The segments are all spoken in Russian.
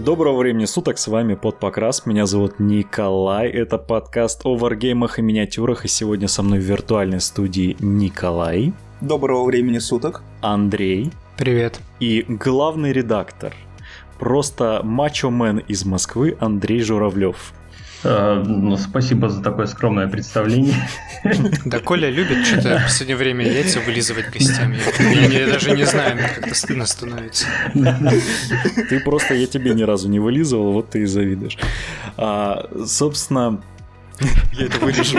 Доброго времени суток, с вами Подпокрас, меня зовут Николай, это подкаст о варгеймах и миниатюрах, и сегодня со мной в виртуальной студии Николай. Доброго времени суток. Андрей. Привет. И главный редактор, просто мачо-мен из Москвы, Андрей Журавлев. Спасибо за такое скромное представление. Да, Коля любит что-то в последнее время яйца вылизывать гостям. Я даже не знаю, мне как-то стыдно становится. Ты просто, я тебе ни разу не вылизывал, вот ты и завидуешь. Собственно, я это вырежу.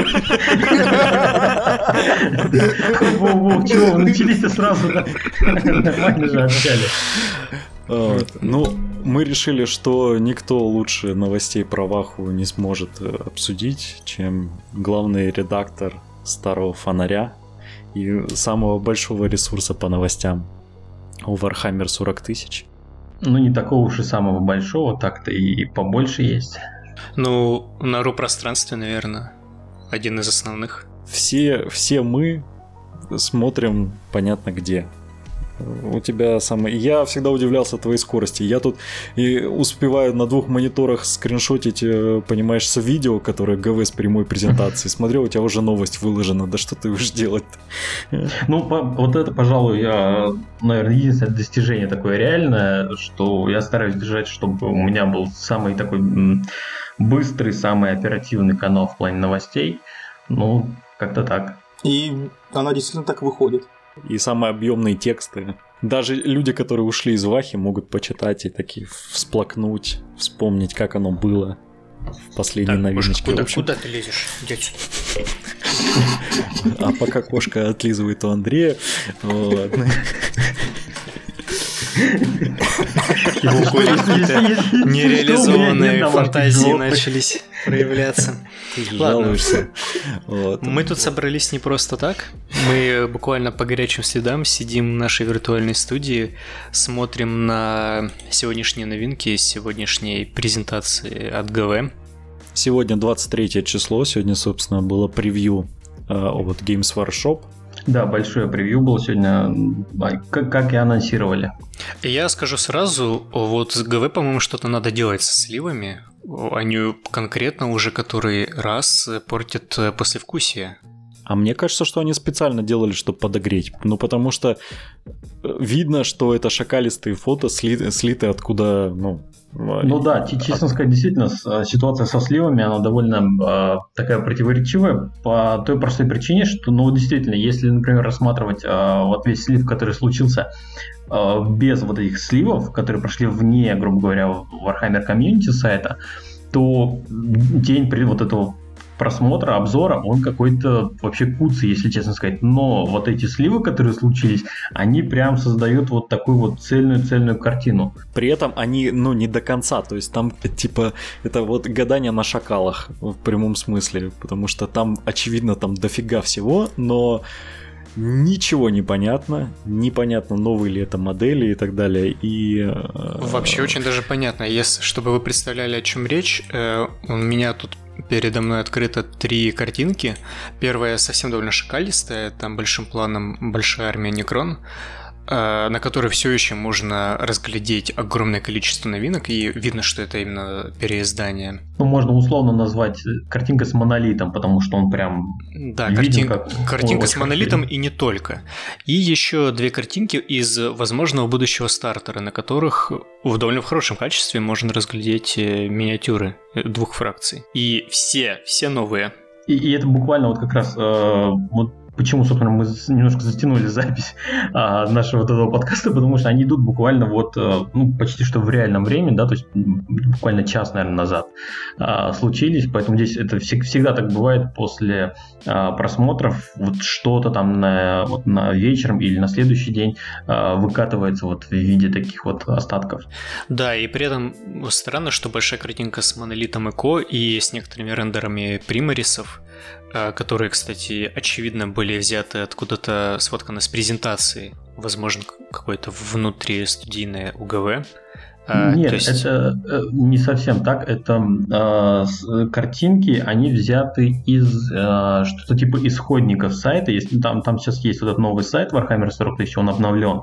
Чего вы начались-то сразу? Нормально же общались. Ну, мы решили, что никто лучше новостей про Ваху не сможет обсудить, чем главный редактор Старого Фонаря и самого большого ресурса по новостям у Warhammer 40 тысяч. Ну, не такого уж и самого большого, так-то и побольше есть. Ну, на ру-пространстве, наверное, один из основных. Все мы смотрим понятно где. У тебя самое... Я всегда удивлялся твоей скорости. Я тут и успеваю на 2 мониторах скриншотить, понимаешь, с видео, которое ГВ с прямой презентации. Смотрел, у тебя уже новость выложена. Да что ты будешь делать-то? Ну, вот это, пожалуй, наверное, единственное достижение такое реальное, что я стараюсь держать, чтобы у меня был самый такой быстрый, самый оперативный канал в плане новостей. Ну, как-то так. И она действительно так выходит. И самые объемные тексты. Даже люди, которые ушли из Вахи, могут почитать и такие всплакнуть, вспомнить, как оно было в последней новиночке. Куда ты лезешь? Дядь? А пока кошка отлизывает у Андрея. Ладно. Нереализованные фантазии начались проявляться. Ладно. Мы тут собрались не просто так. Мы буквально по горячим следам сидим в нашей виртуальной студии, смотрим на сегодняшние новинки из сегодняшней презентации от ГВ. Сегодня 23 число, сегодня, собственно, было превью от Games Workshop. Да, большое превью было сегодня, как и анонсировали. Я скажу сразу, вот с ГВ, по-моему, что-то надо делать со сливами. Они конкретно уже который раз портят послевкусие. А мне кажется, что они специально делали, чтобы подогреть. Ну, потому что видно, что это шакалистые фото, слиты откуда, Ну да, честно сказать, действительно, ситуация со сливами, она довольно такая противоречивая по той простой причине, что, действительно, если, например, рассматривать вот весь слив, который случился без вот этих сливов, которые прошли вне, грубо говоря, Warhammer Community сайта, то день вот этого просмотра, обзора, он какой-то вообще куцый, если честно сказать. Но вот эти сливы, которые случились, они прям создают вот такую вот цельную картину. При этом они, не до конца, то есть там типа это вот гадание на шакалах в прямом смысле, потому что там очевидно там дофига всего, но ничего не понятно, непонятно, новые ли это модели и так далее. И вообще очень даже понятно. Если, чтобы вы представляли, о чем речь, у меня тут передо мной открыто 3 картинки. Первая совсем довольно шакалистая, там большим планом большая армия Некрон, на которой все еще можно разглядеть огромное количество новинок, и видно, что это именно переиздание. Можно условно назвать картинка с монолитом, потому что он прям... Да, картинка с монолитом и не только. И еще 2 картинки из возможного будущего стартера, на которых в довольно хорошем качестве можно разглядеть миниатюры 2 фракций. И все новые. И это буквально вот как раз... Почему, собственно, мы немножко затянули запись нашего этого подкаста, потому что они идут буквально почти что в реальном времени, да, то есть буквально час, наверное, назад случились, поэтому здесь это всегда так бывает после просмотров, вот что-то там на вечером или на следующий день выкатывается вот в виде таких вот остатков. Да, и при этом странно, что большая картинка с монолитом ЭКО и с некоторыми рендерами примарисов, которые, кстати, очевидно были взяты откуда-то, сфотканы с презентации, возможно, какой-то внутристудийное УГВ. Нет, То есть... это не совсем так. Это картинки, они взяты из что-то типа исходников сайта. Если там сейчас есть вот этот новый сайт Warhammer 40 000, он обновлен.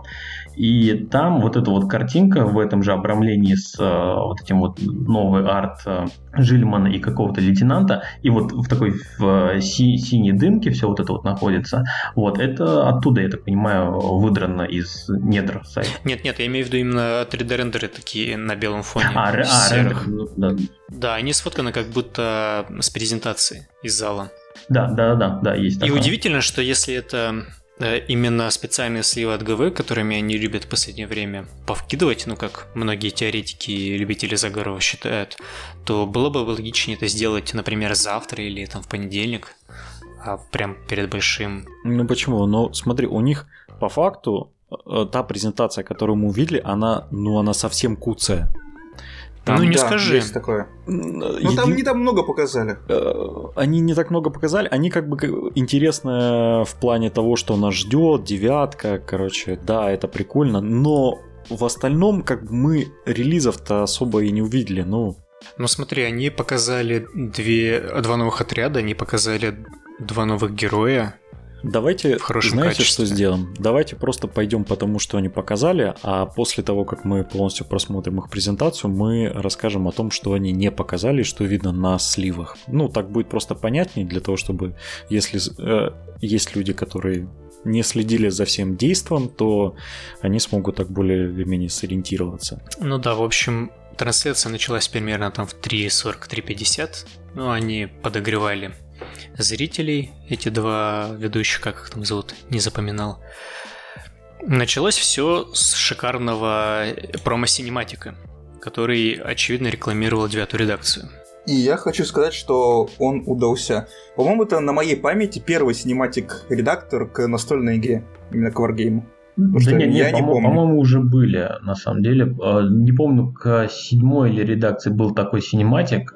И там вот эта вот картинка в этом же обрамлении с вот этим вот новый арт Жильмана и какого-то лейтенанта, и вот в такой синей дымке все вот это вот находится. Вот это оттуда, я так понимаю, выдрано из недр сайта. Нет, я имею в виду именно 3D-рендеры такие на белом фоне. Рендер, да. Да, они сфотканы как будто с презентации из зала. Да, есть такое. И удивительно, что если это именно специальные сливы от ГВ, которыми они любят в последнее время повкидывать, ну, как многие теоретики и любители заговоров считают, то было бы логичнее это сделать, например, завтра или там в понедельник, прям перед большим. Ну почему? Ну смотри, у них по факту та презентация, которую мы увидели, она совсем куцая. Там, ну не скажи. Есть такое. Там не так много показали. Они не так много показали. Они как бы интересно в плане того, что нас ждет, 9, короче, да, это прикольно. Но в остальном как бы мы релизов-то особо и не увидели. Ну смотри, они показали два новых отряда, они показали 2 новых героя. Давайте, знаете, качестве. Что сделаем? Давайте просто пойдем по тому, что они показали, а после того, как мы полностью просмотрим их презентацию, мы расскажем о том, что они не показали, что видно на сливах. Ну, так будет просто понятнее для того, чтобы, если есть люди, которые не следили за всем действом, то они смогут так более или менее сориентироваться. Ну да, в общем, трансляция началась примерно там в 3:40, 3:50. Ну, они подогревали зрителей, эти 2 ведущих, как их там зовут, не запоминал. Началось все с шикарного промо-синематика, который, очевидно, рекламировал 9-ю редакцию. И я хочу сказать, что он удался. По-моему, это на моей памяти первый синематик-редактор к настольной игре, именно к варгейму. Да нет, по-моему, уже были, на самом деле. Не помню, к 7-й или редакции был такой синематик.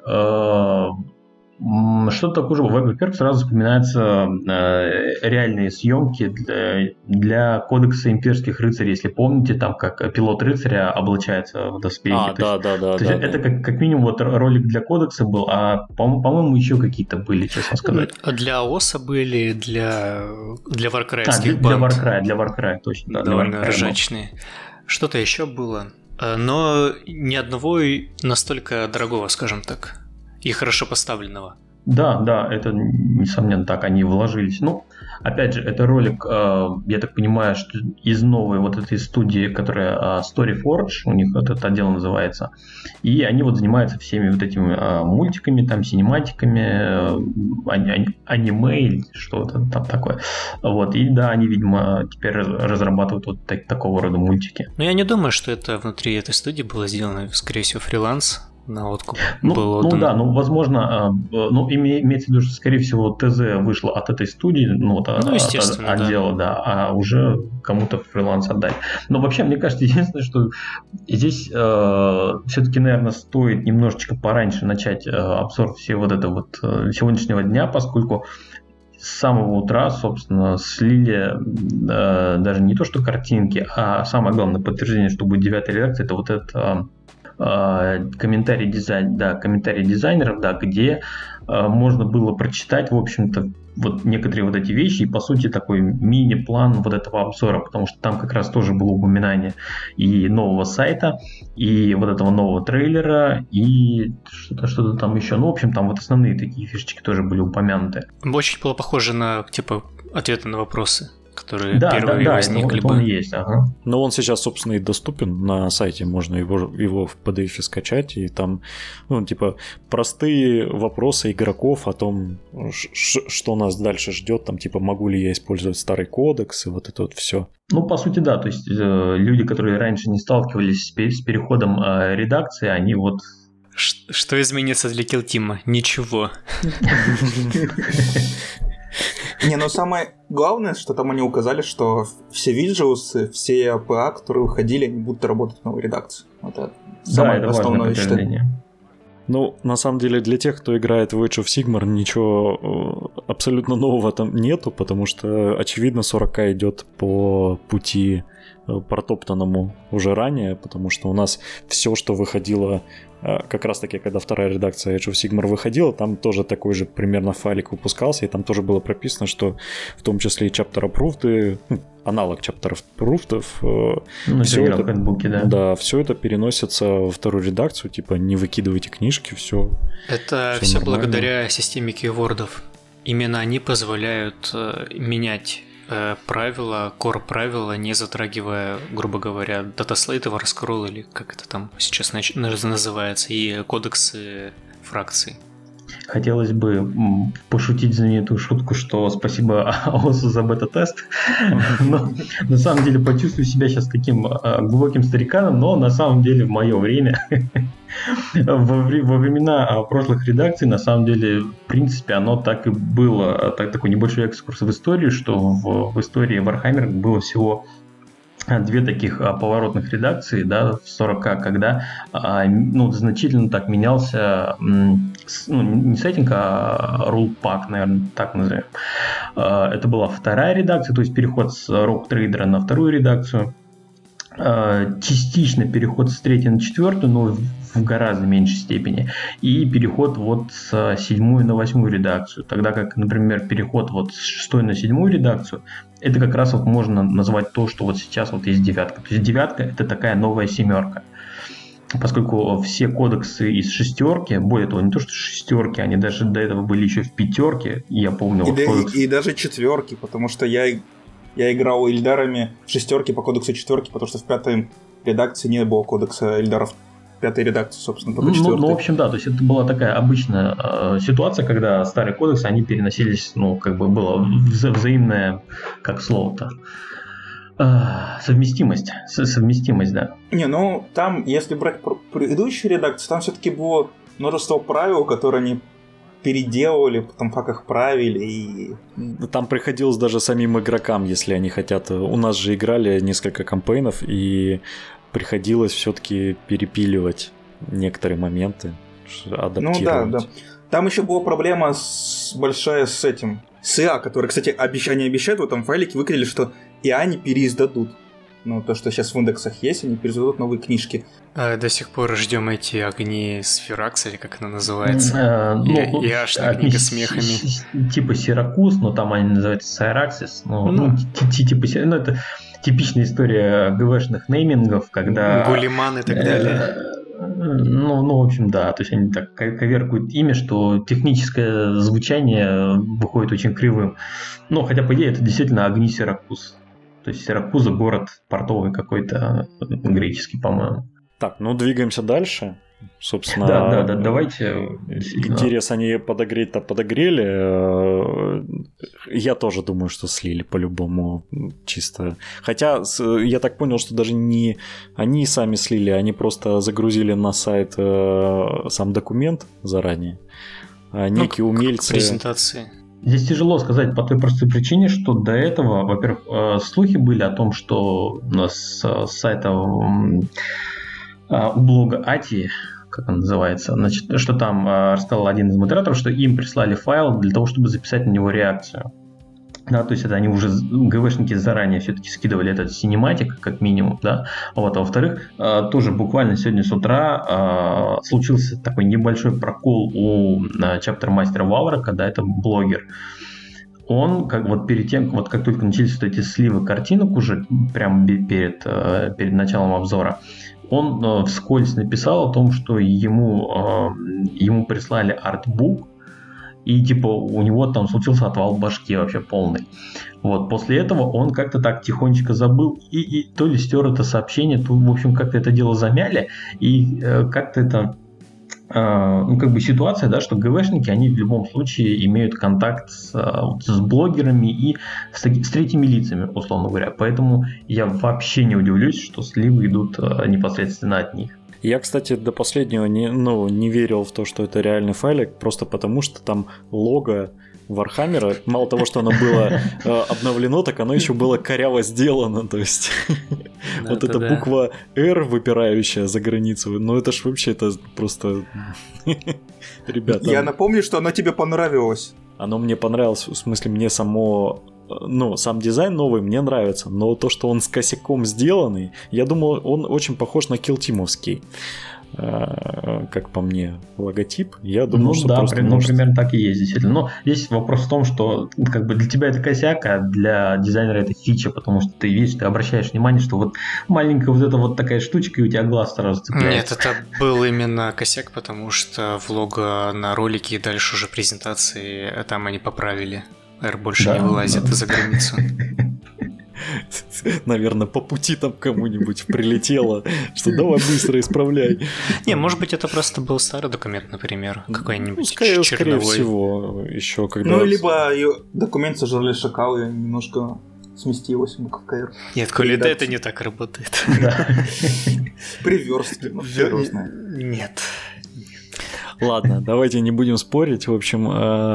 Что-то такое же. Во-первых, сразу вспоминаются реальные съемки для кодекса имперских рыцарей. Если помните, там как пилот рыцаря облачается в доспехи. Да. Это как минимум вот ролик для кодекса был, а по-моему еще какие-то были, честно сказать. Для ОСа были, для варкраевских банд. Для Warcry, точно. Довольно ржачные. Что-то еще было, но ни одного настолько дорогого, скажем так. И хорошо поставленного. Да, это, несомненно, так они вложились. Ну, опять же, это ролик, я так понимаю, что из новой вот этой студии, которая Storyforge, у них этот отдел называется, и они вот занимаются всеми вот этими мультиками, там, синематиками, аниме, что-то там такое. Вот, и да, они, видимо, теперь разрабатывают вот такого рода мультики. Но я не думаю, что это внутри этой студии было сделано, скорее всего, фриланс. На откуп возможно, имеется в виду, что, скорее всего, ТЗ вышло от этой студии, от отдела, да, а уже кому-то фриланс отдать. Но вообще, мне кажется, единственное, что здесь все-таки, наверное, стоит немножечко пораньше начать обзор всего вот этого вот сегодняшнего дня, поскольку с самого утра, собственно, слили даже не то, что картинки, а самое главное подтверждение, что будет 9-я редакция, это вот это... комментарий дизайнеров, да, где можно было прочитать, в общем-то, вот некоторые вот эти вещи, и по сути такой мини-план вот этого обзора, потому что там как раз тоже было упоминание и нового сайта, и вот этого нового трейлера, и что-то там еще. Ну, в общем, там вот основные такие фишечки тоже были упомянуты. Очень было похоже на, ответы на вопросы, которые первые возникли бы. Он есть, ага. Но он сейчас, собственно, и доступен на сайте, можно его в PDF скачать, и там, простые вопросы игроков о том, что нас дальше ждет, там, могу ли я использовать старый кодекс, и вот это вот все. Ну, по сути, да, то есть люди, которые раньше не сталкивались с переходом редакции, они вот... Что изменится для Киллтима? Ничего. Но самое главное, что там они указали, что все виджиусы, все АПА, которые выходили, они будут работать в новой редакции. Это самое основное, что... Ну, на самом деле, для тех, кто играет в Age of Sigmar, ничего абсолютно нового там нету, потому что, очевидно, 40К идет по пути протоптанному уже ранее, потому что у нас все, что выходило, как раз таки, когда вторая редакция Age of Sigmar выходила, там тоже такой же примерно файлик выпускался, и там тоже было прописано, что в том числе и chapter approved, аналог chapter approved, все это, хэндбуки, да, все это переносится во вторую редакцию, типа не выкидывайте книжки, все. Это все благодаря системе кейвордов. Именно они позволяют менять правила, core правила, не затрагивая, грубо говоря, датаслейт, варскролл или как это там сейчас называется, и кодексы фракций. Хотелось бы пошутить знаменитую шутку, что спасибо АОСу за бета-тест, но на самом деле почувствую себя сейчас таким глубоким стариканом, но на самом деле в мое время, во времена прошлых редакций, на самом деле, в принципе, оно так и было, такой небольшой экскурс в историю, что в истории Warhammer было всего две таких поворотных редакции, да, в 40-ка, когда значительно так менялся, не сеттинг, а рулпак, наверное, так назовем. Это была вторая редакция, то есть переход с Rogue Trader на вторую редакцию. Частично переход с третьей на четвертую, но в гораздо меньшей степени. И переход вот с седьмую на восьмую редакцию. Тогда как, например, переход вот с шестой на седьмую редакцию, это как раз вот можно назвать то, что вот сейчас вот есть девятка. То есть девятка — это такая новая семерка. Поскольку все кодексы из шестерки, более того, не то что шестерки, они даже до этого были еще в пятерке, я помню. И даже четверки, потому что я играл Эльдарами в шестерке по кодексу четверки, потому что в пятой редакции не было кодекса Эльдаров. Пятой редакции, собственно, только четвертой. Ну, в общем, да, то есть это была такая обычная ситуация, когда старые кодексы, они переносились, было взаимное, как слово-то, совместимость, да. Там, если брать предыдущие редакции, там все-таки было множество правил, которые они переделывали, потом как их правили. И... Там приходилось даже самим игрокам, если они хотят. У нас же играли несколько кампейнов, и приходилось все-таки перепиливать некоторые моменты, адаптировать. Да. Там еще была проблема большая с этим. С ИА, который, кстати, они обещают в этом файлике, выкрили, что ИА не переиздадут. То, что сейчас в индексах есть, они переиздадут новые книжки. До сих пор ждем эти огни Сферакс, или как она называется. ИАшная книга с мехами. Типа Сиракуз, но там они называются Сайраксис. Это типичная история ГВшных неймингов, когда... Гулиман и так далее. В общем, да. То есть они так коверкуют имя, что техническое звучание выходит очень кривым. Хотя, по идее, это действительно огни Сиракуз. То есть Сиракуза — город портовый какой-то, греческий, по-моему. Так, двигаемся дальше. Собственно, да, давайте. Интерес они подогреть-то подогрели. Я тоже думаю, что слили по-любому чисто. Хотя я так понял, что даже не они сами слили, они просто загрузили на сайт сам документ заранее. А некие умельцы... Презентации. Здесь тяжело сказать по той простой причине, что до этого, во-первых, слухи были о том, что с сайта у блога Ати, как он называется, значит, что там рассказал один из модераторов, что им прислали файл для того, чтобы записать на него реакцию. Да, то есть это они уже, ГВшники, заранее все-таки скидывали этот синематик, как минимум, да. А во-вторых, тоже буквально сегодня с утра случился такой небольшой прокол у чаптер-мастера Валрака, да, это блогер. Он, перед тем, как только начались вот эти сливы картинок уже, прямо перед началом обзора, он вскользь написал о том, что ему прислали артбук, и у него там случился отвал башки вообще полный. После этого он как-то так тихонечко забыл, и то ли стер это сообщение, то, в общем, как-то это дело замяли, и как-то это ситуация, да, что ГВшники, они в любом случае имеют контакт с блогерами и с третьими лицами, условно говоря. Поэтому я вообще не удивлюсь, что сливы идут непосредственно от них. Я, кстати, до последнего не верил в то, что это реальный файлик, просто потому что там лого Вархаммера, мало того, что оно было обновлено, так оно еще было коряво сделано, то есть вот эта буква R, выпирающая за границу, это ж вообще, это просто... Ребята... Я напомню, что оно тебе понравилось. Оно мне понравилось, в смысле, мне само сам дизайн новый мне нравится, но то, что он с косяком сделанный, я думал, он очень похож на килтимовский. Как по мне, логотип. Я думал, что просто примерно так и есть, действительно. Но здесь вопрос в том, что как бы для тебя это косяк, а для дизайнера это фича, потому что ты видишь, ты обращаешь внимание, что вот маленькая вот эта вот такая штучка, и у тебя глаз сразу цепляется. Нет, это был именно косяк, потому что в лого на ролике и дальше уже презентации там они поправили. R больше не вылазит за границу. Наверное, по пути там кому-нибудь прилетело, что давай быстро исправляй. Не, может быть, это просто был старый документ, например, какой-нибудь скорее черновой. всего, еще когда... либо документ сожрали шакалы, немножко сместилась буковка R. Нет, Коля, это не так работает. Приверстки. Нет. Ладно, давайте не будем спорить. В общем,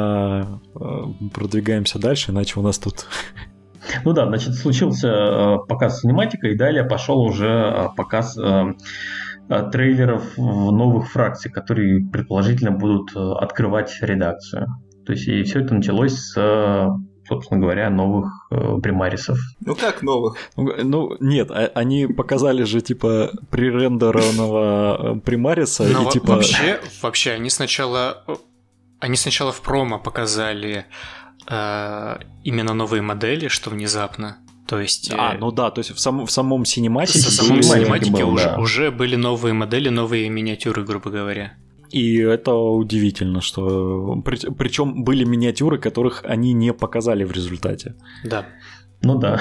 продвигаемся дальше, иначе у нас тут... Ну да, значит, случился показ синематика, и далее пошел уже показ трейлеров новых фракций, которые предположительно будут открывать редакцию. То есть и все это началось с, собственно говоря, новых примарисов. Ну как новых? Ну нет, они показали же типа пререндерованного примариса. Но и типа... вообще они сначала в промо показали именно новые модели, что внезапно. То есть... то есть в самом синематике... В самом синематике уже были новые модели, новые миниатюры, грубо говоря. И это удивительно, что... Причем были миниатюры, которых они не показали в результате. Да. Ну да.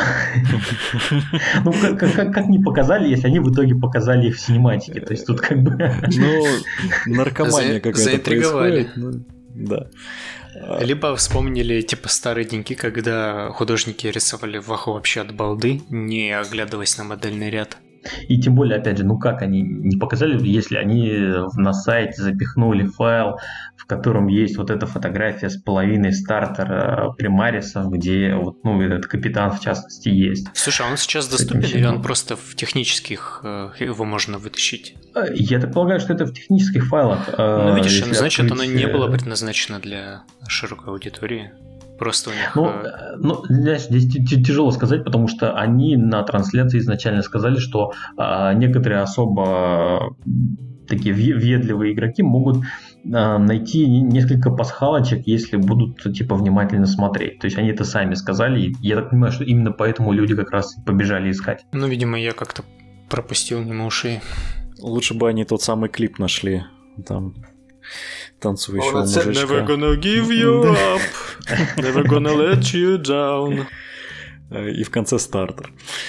Ну, как не показали, если они в итоге показали их в синематике? То есть тут как бы... Ну, наркомания какая-то происходит. Да. Либо вспомнили типа старые деньки, когда художники рисовали ваху вообще от балды, не оглядываясь на модельный ряд. И тем более, опять же, как они не показали, если они на сайте запихнули файл, в котором есть вот эта фотография с половиной стартера примарисов, где вот, этот капитан в частности есть. Слушай, а он сейчас доступен или он просто в технических его можно вытащить? Я так полагаю, что это в технических файлах. Ну, видишь, значит, оно не было предназначено для широкой аудитории. Просто у них... Знаешь, здесь тяжело сказать, потому что они на трансляции изначально сказали, что некоторые особо такие въедливые игроки могут найти несколько пасхалочек, если будут типа внимательно смотреть. То есть они это сами сказали, и я так понимаю, что именно поэтому люди как раз побежали искать. Ну, видимо, я как-то пропустил мимо ушей. Лучше бы они тот самый клип нашли, там... танцующего мужичка. Never gonna give you up, never gonna let you down. И в конце стартер.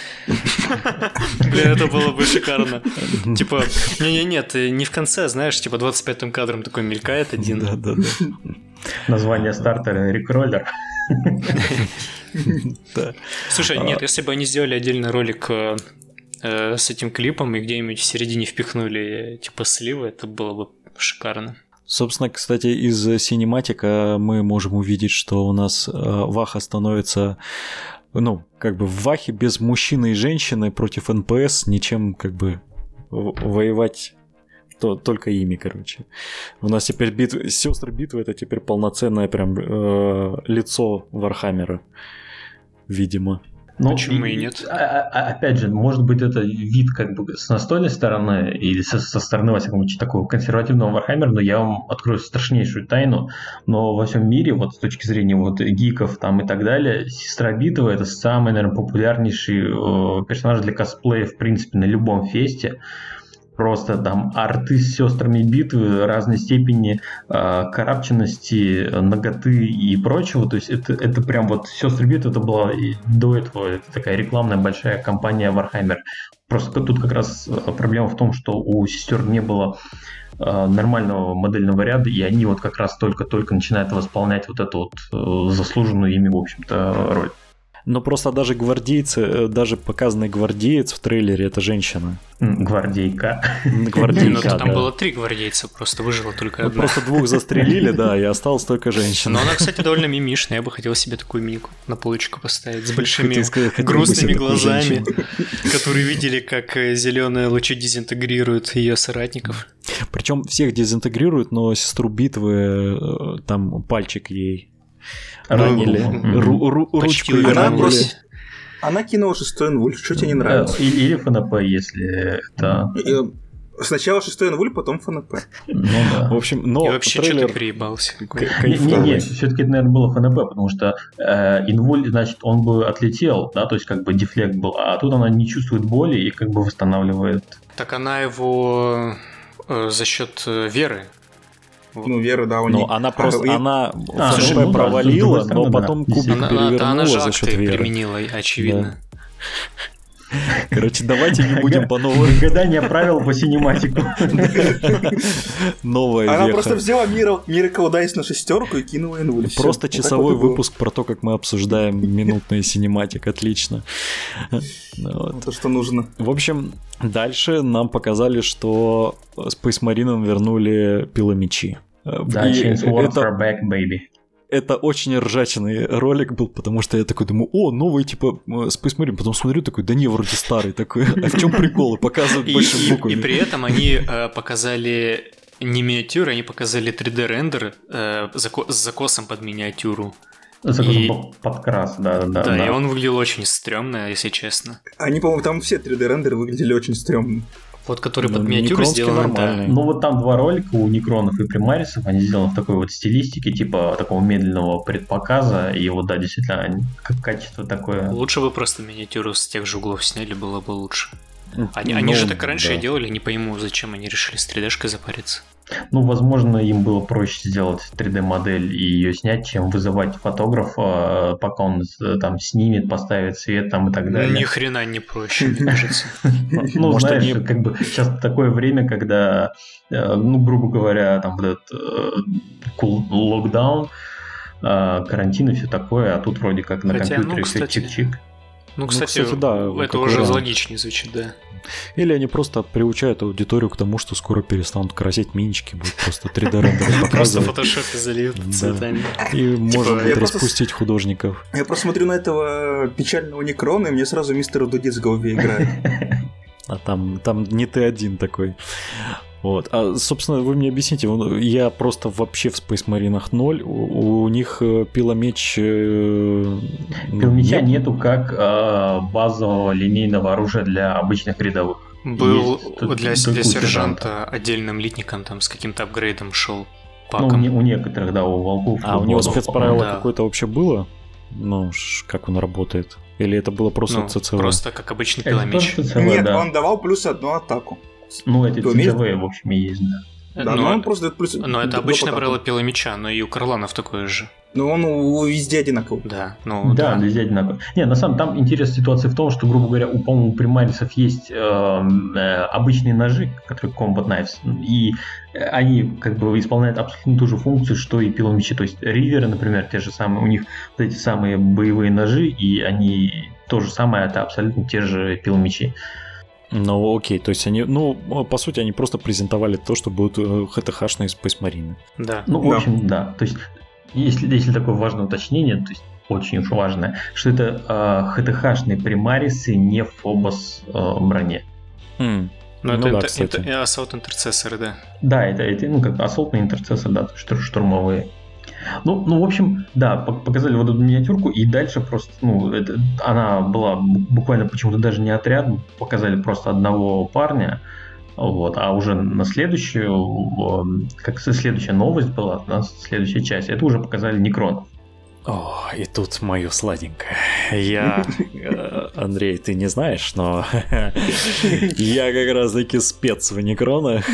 Блин, это было бы шикарно. Типа, нет, не в конце, знаешь, типа 25-м кадром такой мелькает один. Да. Название стартера Рикроллер. Слушай, нет, если бы они сделали отдельный ролик с этим клипом и где-нибудь в середине впихнули типа сливы, это было бы шикарно. Собственно, кстати, из синематика мы можем увидеть, что у нас Ваха становится, как бы в Вахе без мужчины и женщины против НПС ничем как бы воевать только ими, короче. У нас теперь сестры битвы — это теперь полноценное прям лицо Вархаммера, видимо. Почему и нет? Опять же, может быть, это вид как бы с настольной стороны или со стороны, во всяком случае, такого консервативного Вархаммера, но я вам открою страшнейшую тайну, но во всем мире, вот с точки зрения вот гиков там и так далее, сестра битвы — это самый, наверное, популярнейший персонаж для косплея, в принципе, на любом фесте. Просто там арты с сестрами битвы разной степени корабченности, наготы и прочего. То есть это прям вот сестры битвы, это была до этого это такая рекламная большая кампания Warhammer. Просто тут как раз проблема в том, что у сестер не было нормального модельного ряда, и они вот как раз только-только начинают восполнять вот эту вот заслуженную ими, в общем-то, роль. Но просто даже гвардейцы, даже показанный гвардеец в трейлере — это женщина. Гвардейка. Гвардейка, там было 3 гвардейца, просто выжила только одна. Просто 2 застрелили, да, и осталась только женщина. Но она, кстати, довольно мимишная. Я бы хотел себе такую мимику на полочку поставить с большими грустными глазами, которые видели, как зеленые лучи дезинтегрируют ее соратников. Причем всех дезинтегрируют, но сестру битвы там пальчик ей ранили. Ручку ее ранили. Она кинула 6-й инвульт, что тебе не нравится? Или ФНП, если это... Сначала 6-й инвульт, потом ФНП. Ну да. В общем, но и вообще трейлер... что-то приебался. Не, все-таки это, наверное, было ФНП, потому что инвульт, значит, он бы отлетел, да, то есть как бы дефлект был, а тут она не чувствует боли и как бы восстанавливает. Так она его за счет веры. Ну, Вера, да, у нее. Ну, она просто, она ФНП ФНП провалила, но потом да, кубик перевернула она же за счет акты веры. применила, очевидно. Короче, давайте не будем по новой. Гадание правил по синематику. Новая Она веха. просто взяла Miracle Dice на 6 и кинула инвульт. Просто Всё. часовой Вот так вот и было. выпуск про то, как мы обсуждаем минутный синематик. Отлично. Вот. Это что нужно. В общем, дальше нам показали, что Space Marine вернули пиломечи. Да, И Chainswords are back, baby. это очень ржачный ролик был, потому что я такой думаю, о, новый типа Space Marine, потом смотрю такой, да не, вроде старый такой, а в чем прикол? И показывают большими буквами. И при этом они показали не миниатюры, они показали 3D-рендер с закосом под миниатюру. Подкрас, да. Да, и он выглядел очень стрёмно, если честно. Они, по-моему, там все 3D-рендеры выглядели очень стрёмно. Вот который под миниатюру сделан, нормальный. Ну вот там два ролика у Некронов и Примарисов, они сделаны в такой вот стилистике, типа такого медленного предпоказа, и вот да, действительно, качество такое. Лучше бы просто миниатюру с тех же углов сняли, было бы лучше. Они же так раньше и делали, не пойму, зачем они решили с 3D-шкой запариться. Ну, возможно, им было проще сделать 3D-модель и ее снять, чем вызывать фотографа, пока он там снимет, поставит свет там и так далее. Ни хрена не проще, мне кажется. Ну, знаешь, как бы сейчас такое время, когда, ну, грубо говоря, там вот этот локдаун, карантин и все такое, а тут вроде как на компьютере все чик-чик. Ну, кстати, да, это уже логичнее звучит, да. Или они просто приучают аудиторию к тому, что скоро перестанут красить минички, будут просто 3D-рендеры показывать. Просто в фотошопе зальют цветами. И можно будет распустить художников. Я просто смотрю на этого печального Некрона, и мне сразу мистер Дудец в голове играет. А там не ты один такой. Вот. А, собственно, вы мне объясните, я просто вообще в Space Marine 0, у них пиломеч... Пиломеча нету как базового линейного оружия для обычных рядовых. Был для сержанта отдельным литником, там с каким-то апгрейдом шел паком. Ну, у некоторых, да, у волков. А у него спецправило какое-то вообще было? Ну, как он работает? Или это было просто ЦЦВ? Просто как обычный пиломеч. Нет, он давал плюс 1 атаку. Ну, эти ЦЦВ, в общем, и есть, да. Да, но он просто плюс... Но это обычное правило пиломеча, но и у Карланов такое же. Ну, он везде одинаковый. Да, ну да. Да, везде одинаковый. Не, на самом деле, там интересная ситуация в том, что, грубо говоря, по-моему, у примарисов есть обычные ножи, которые Combat Knives, и они как бы исполняют абсолютно ту же функцию, что и пиломечи. То есть риверы, например, те же самые, у них вот эти самые боевые ножи, и они то же самое, это абсолютно те же пиломечи. Ну, окей, то есть они, ну, по сути, они просто презентовали то, что будут ХТХ-шные Space Marine. Да. Ну, в общем, да. То есть, если такое важное уточнение, то есть очень уж важное, что это ХТХ-шные примарисы не в Фобос броне. Ну, это ассолт-интерцессоры, да. Да, это ну, как ассолтные интерцессоры, да, штурмовые. Ну, в общем, да, показали вот эту миниатюрку, и дальше просто, она была буквально почему-то даже не отряд, показали просто одного парня, вот, а уже на следующая новость была, следующая часть, это уже показали Некронов. О, и тут мое сладенькое. Я, Андрей, ты не знаешь, но я как раз таки спец в Некронах.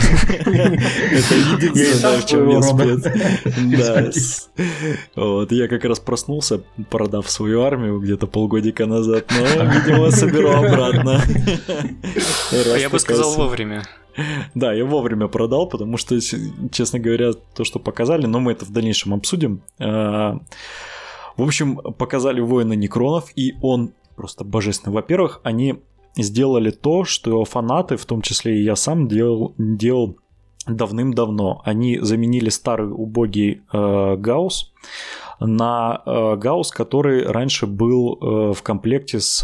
Это единственное, в чем я спец. Вот, я как раз проснулся, продав свою армию где-то полгодика назад, но, видимо, соберу обратно. Я бы сказал вовремя. Да, я вовремя продал, потому что, честно говоря, то, что показали, но мы это в дальнейшем обсудим. В общем, показали воина Некронов, и он просто божественный. Во-первых, они сделали то, что фанаты, в том числе и я сам, делал давным-давно. Они заменили старый убогий Гаусс на Гаусс, который раньше был в комплекте с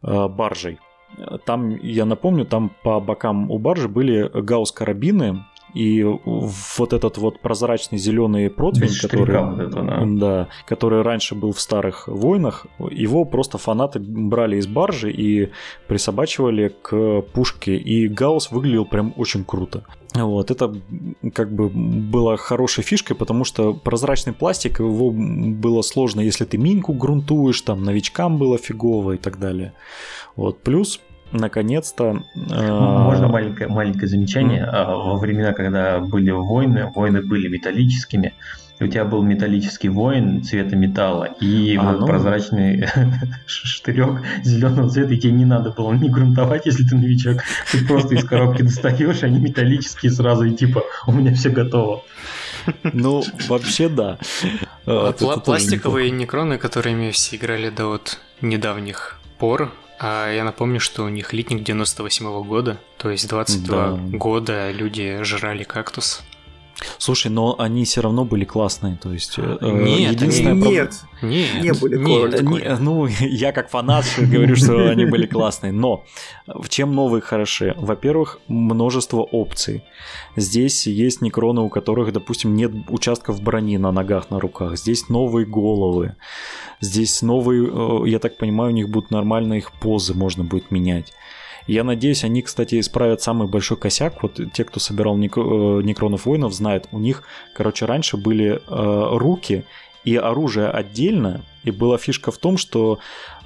баржей. Там, я напомню, там по бокам у баржи были гаусс-карабины, и вот этот вот прозрачный зеленый противень, который раньше был в старых войнах, его просто фанаты брали из баржи и присобачивали к пушке, и гаусс выглядел прям очень круто. Вот, это как бы было хорошей фишкой, потому что прозрачный пластик, его было сложно, если ты миньку грунтуешь, там новичкам было фигово и так далее. Вот, плюс, наконец-то... Можно маленькое замечание? Во времена, когда были войны были металлическими, у тебя был металлический воин цвета металла и прозрачный штырек зеленого цвета, и тебе не надо было не грунтовать, если ты новичок. Ты просто из коробки достаешь, они металлические сразу, и типа у меня все готово. Ну, вообще да. Пластиковые некроны, которыми все играли до вот недавних пор. А я напомню, что у них литник 98-го года, то есть 22 года люди жрали кактус. Слушай, но они все равно были классные, то есть... Не были. Ну, я как фанат говорю, что они были классные, но чем новые хороши? Во-первых, множество опций. Здесь есть некроны, у которых, допустим, нет участков брони на ногах, на руках. Здесь новые головы. Здесь новые, я так понимаю, у них будут нормальные их позы, можно будет менять. Я надеюсь, они, кстати, исправят самый большой косяк. Вот те, кто собирал некронов воинов, знают, у них, короче, раньше были руки и оружие отдельно. И была фишка в том, что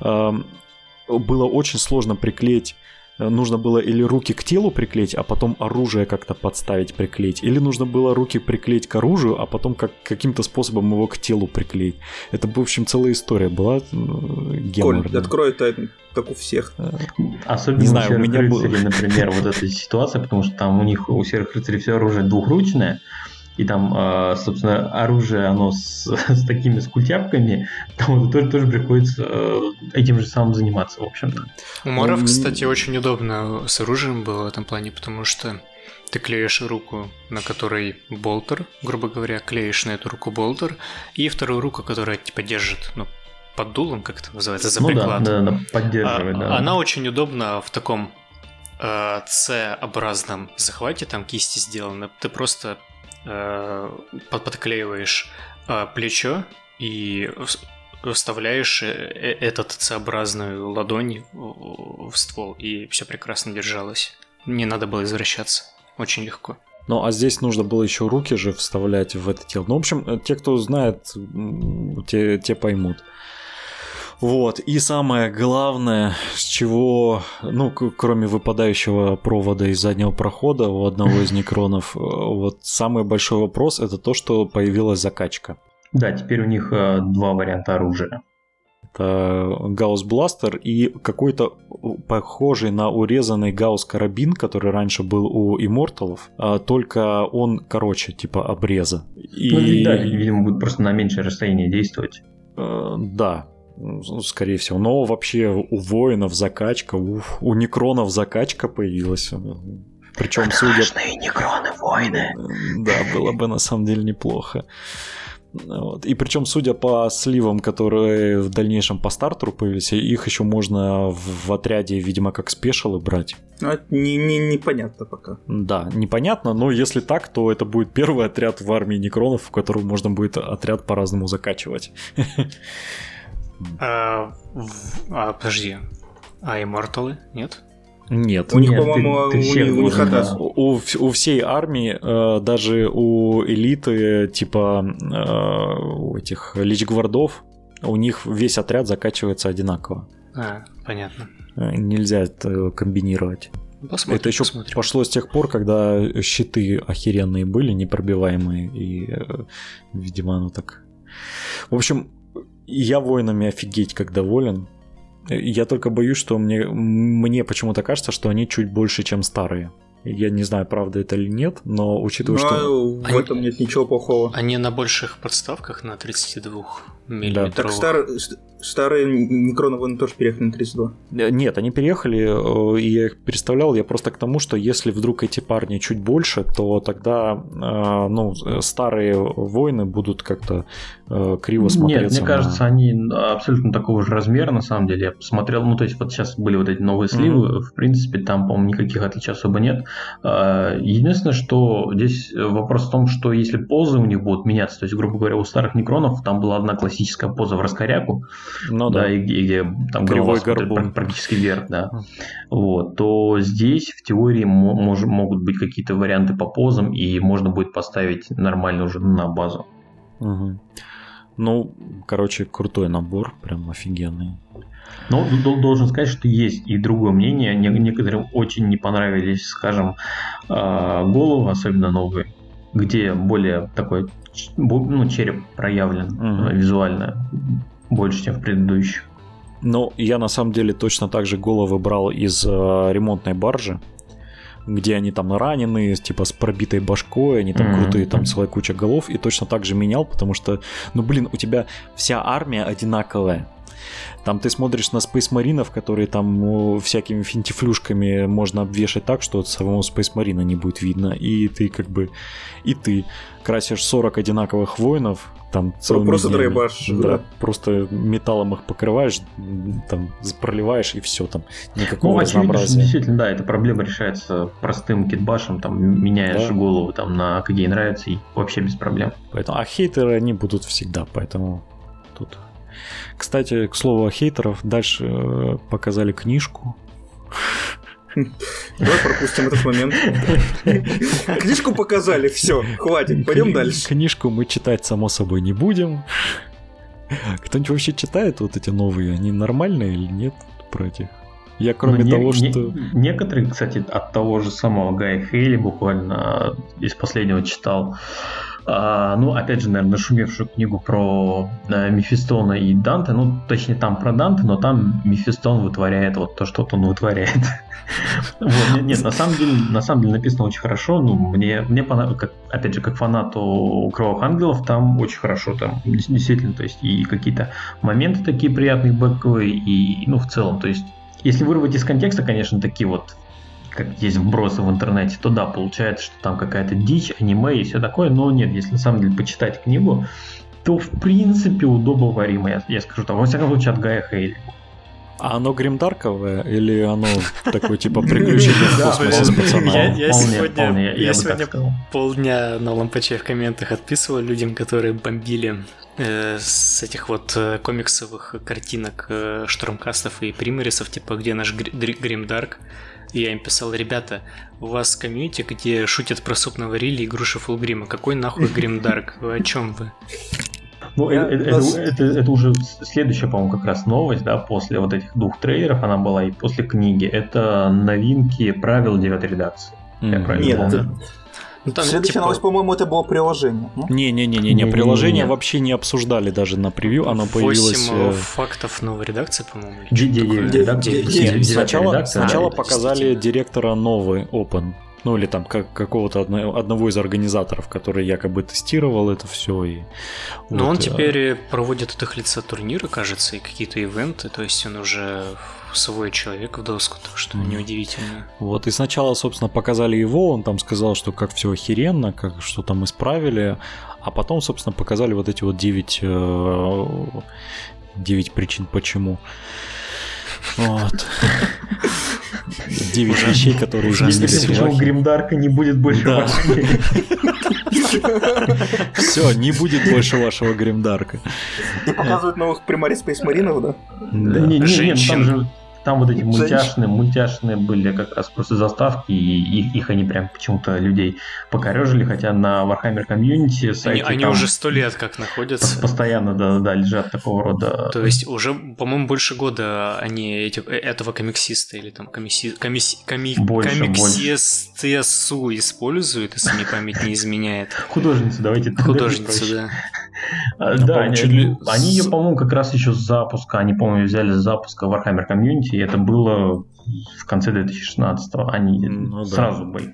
было очень сложно приклеить. Нужно было или руки к телу приклеить, а потом оружие как-то подставить, приклеить. Или нужно было руки приклеить к оружию, а потом каким-то способом его к телу приклеить. Это, в общем, целая история была геморная. Коль, открой это так у всех. Особенно не знаю, у меня рыцарей, например, вот эта ситуация, потому что там у них, у серых рыцарей все оружие двухручное, и там, собственно, оружие, оно с такими скультяпками, там тоже приходится этим же самым заниматься, в общем-то. У маров, кстати, очень удобно с оружием было в этом плане, потому что ты клеишь руку, на которой болтер, грубо говоря, клеишь на эту руку болтер, и вторую руку, которая типа держит, под дулом, как это называется, за приклад. Да, поддерживает, да. Она очень удобна в таком C-образном захвате, там кисти сделаны, ты просто подклеиваешь плечо и вставляешь этот C-образную ладонь в ствол, и все прекрасно держалось. Не надо было извращаться. Очень легко. Ну, а здесь нужно было еще руки же вставлять в это тело. Ну, в общем, те, кто знает, те поймут. Вот, и самое главное, с чего, ну, кроме выпадающего провода из заднего прохода у одного из некронов, вот самый большой вопрос — это то, что появилась закачка. Да, теперь у них два варианта оружия. Это гаусс-бластер и какой-то похожий на урезанный гаусс-карабин, который раньше был у имморталов, только он короче, типа обреза. Ну, да, видимо, будет просто на меньшее расстояние действовать. Да. Скорее всего. Но вообще у воинов закачка, у некронов закачка появилась. Причем, судя... некроны-воины. Да, было бы на самом деле неплохо. Вот. И причем, судя по сливам, которые в дальнейшем по стартеру появились, их еще можно в отряде, видимо, как спешалы брать. Ну, это непонятно пока. Да, непонятно, но если так, то это будет первый отряд в армии некронов, в котором можно будет отряд по-разному закачивать. Подожди, имморталы? Нет? Нет. У них, по-моему, у них атас. У всей армии, даже у элиты, типа этих личгвардов, у них весь отряд закачивается одинаково. Понятно. Нельзя это комбинировать. Посмотрим, это еще пошло с тех пор, когда щиты охеренные были, непробиваемые, и, видимо, оно так... В общем, я воинами офигеть как доволен. Я только боюсь, что мне почему-то кажется, что они чуть больше, чем старые. Я не знаю, правда это или нет, но учитывая, что... В этом нет ничего плохого. Они на больших подставках, на 32 мм. Да. Так старые некроны тоже переехали на 32. Нет, они переехали, и я их переставлял. Я просто к тому, что если вдруг эти парни чуть больше, то тогда старые воины будут как-то криво смотреться. Нет, мне кажется, они абсолютно такого же размера, на самом деле. Я посмотрел, то есть вот сейчас были вот эти новые сливы, в принципе, там, по-моему, никаких отличий особо нет. Единственное, что здесь вопрос в том, что если позы у них будут меняться, то есть, грубо говоря, у старых некронов там была одна классическая поза в раскоряку, и где там голова смотрит практически вверх, да. Вот, то здесь в теории могут быть какие-то варианты по позам, и можно будет поставить нормально уже на базу. Угу. Ну, короче, крутой набор, прям офигенный. Но должен сказать, что есть и другое мнение. Некоторым очень не понравились, скажем, головы, особенно новые, где более такой, череп проявлен визуально больше, чем в предыдущих. Ну, я на самом деле точно так же головы брал из ремонтной баржи, где они там раненые, типа с пробитой башкой, они там крутые, там целая куча голов, и точно так же менял, потому что, у тебя вся армия одинаковая. Там ты смотришь на Space Marines, которые там всякими финтифлюшками можно обвешать так, что самого Space Marine не будет видно, и ты ты красишь 40 одинаковых воинов, там целыми просто днями. драйбаш. Да, просто металлом их покрываешь, там проливаешь, и все, там никакого разнообразия. Очевидно, действительно, да, эта проблема решается простым китбашем, там меняешь голову там на какие нравится, и вообще без проблем. Поэтому, а хейтеры, они будут всегда, поэтому тут... Кстати, к слову о хейтеров, дальше показали книжку. Давай пропустим этот момент. Книжку показали, все, хватит, пойдем дальше. Книжку мы читать, само собой, не будем. Кто-нибудь вообще читает вот эти новые? Они нормальные или нет про этих? Я кроме того, что... Некоторые, кстати, от того же самого Гая Хейли буквально из последнего читал. Опять же, наверное, нашумевшую книгу про Мефистона и Данте. Точнее, там про Данте, но там Мефистон вытворяет вот то, что он вытворяет. Нет, на самом деле написано очень хорошо. Мне понравилось, опять же, как фанату Кровавых Ангелов, там очень хорошо, там действительно, то есть и какие-то моменты такие приятные бэковые, и, в целом, то есть, если вырвать из контекста, конечно, такие вот, как есть вбросы в интернете, то да, получается, что там какая-то дичь, аниме и все такое, но нет, если на самом деле почитать книгу, то в принципе удобоваримо, я скажу так, во всяком случае от Гая Хейли. А оно гримдарковое или оно такое типа приключение в космосе с пацанами? Я сегодня полдня на лампаче в комментах отписывал людям, которые бомбили с этих вот комиксовых картинок Штурмкастов и Примарисов, типа где наш гримдарк. И я им писал: ребята, у вас комьюнити, где шутят про суп наварили и груши фулгрима. Какой нахуй гримдарк? Вы о чем вы? Это уже следующая, по-моему, как раз новость, да, после вот этих двух трейлеров она была и после книги. Это новинки правил 9-й редакции. Я правильно помню? Следующая новость, по-моему, это было приложение. Не, приложение вообще не обсуждали даже на превью, оно появилось... 8 фактов новой редакции, по-моему. Сначала показали директора новый Open, или там какого-то одного из организаторов, который якобы тестировал это все. Он теперь проводит от их лица турниры, кажется, и какие-то ивенты, то есть он уже... свой человек в доску, так что неудивительно. Вот, и сначала, собственно, показали его, он там сказал, что как все охеренно, что там исправили, а потом, собственно, показали вот эти вот 9 причин почему. Вот. 9 вещей, которые изменились. Почему Гримдарка не будет больше вашей? Все, не будет больше вашего Гримдарка. И показывают новых примарий Space Marines, да? Не, там вот эти мультяшные были как раз просто заставки, и их они прям почему-то людей покорежили, хотя на Warhammer Community сайте они уже 100 лет как находятся. Постоянно, да, лежат такого рода. То есть уже, по-моему, больше года они этого комиксиста или там комиксисту используют, если мне память не изменяет. Художницу, давайте. Художницу, да. Да, они ее, по-моему, как раз еще с запуска, они, по-моему, взяли с запуска Warhammer Community, и это было в конце 2016-го, они сразу были.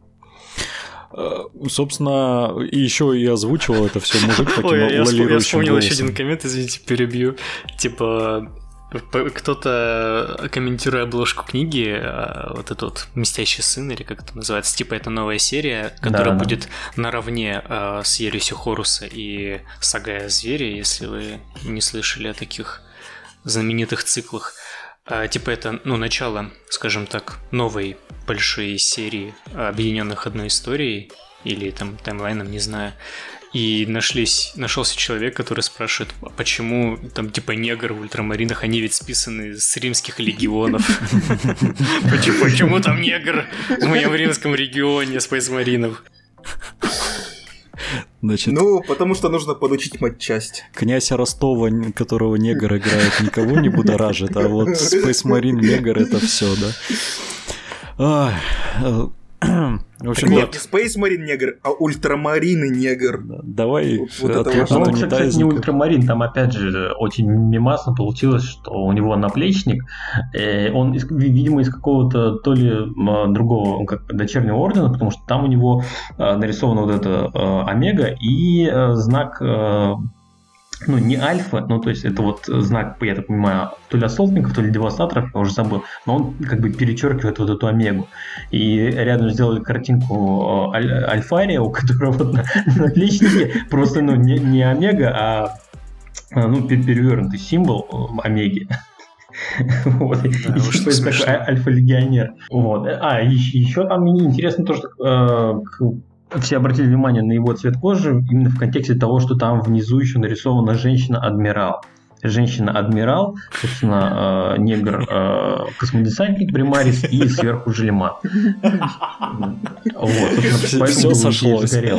Собственно, еще и озвучивал это все мужик таким лолирующим я вспомнил голосом. еще один коммент, извините, перебью. Типа, кто-то, комментируя обложку книги, вот этот вот «Мстящий сын», или как это называется, типа это новая серия, которая будет наравне с «Ересью Хоруса» и «Сагой о звере», если вы не слышали о таких знаменитых циклах. Типа это, начало, скажем так, новой большой серии, объединенных одной историей или там таймлайном, не знаю. И нашелся человек, который спрашивает, а почему там типа негр в ультрамаринах, они ведь списаны с римских легионов. Почему там негр в моем римском регионе спейсмаринов? Значит, потому что нужно подучить матчасть. князя Ростова, которого негр играет, никого не будоражит, а вот Space Marine негр это все, да. В общем, Нет, не Space Marine негр, а ультрамарины негр. давай Вот это ответ важно. на Кстати, не ультрамарин, там опять же очень мемасно получилось, что у него наплечник, он, видимо, из какого-то то ли другого как дочернего ордена, потому что там у него нарисована вот эта омега и знак, не альфа, то есть это вот знак, я так понимаю, то ли ассолтников, то ли девастаторов, я уже забыл, но он как бы перечеркивает вот эту омегу. И рядом сделали картинку Альфария, у которого вот на наплечнике просто не омега, а перевернутый символ омеги. Вот. И такой альфа-легионер. Вот. Еще там интересно то, что все обратили внимание на его цвет кожи именно в контексте того, что там внизу еще нарисована женщина-адмирал. Женщина-адмирал, собственно, негр космодесантник Примарис и сверху Желеман. Вот, собственно, Все сошлось. Загорело.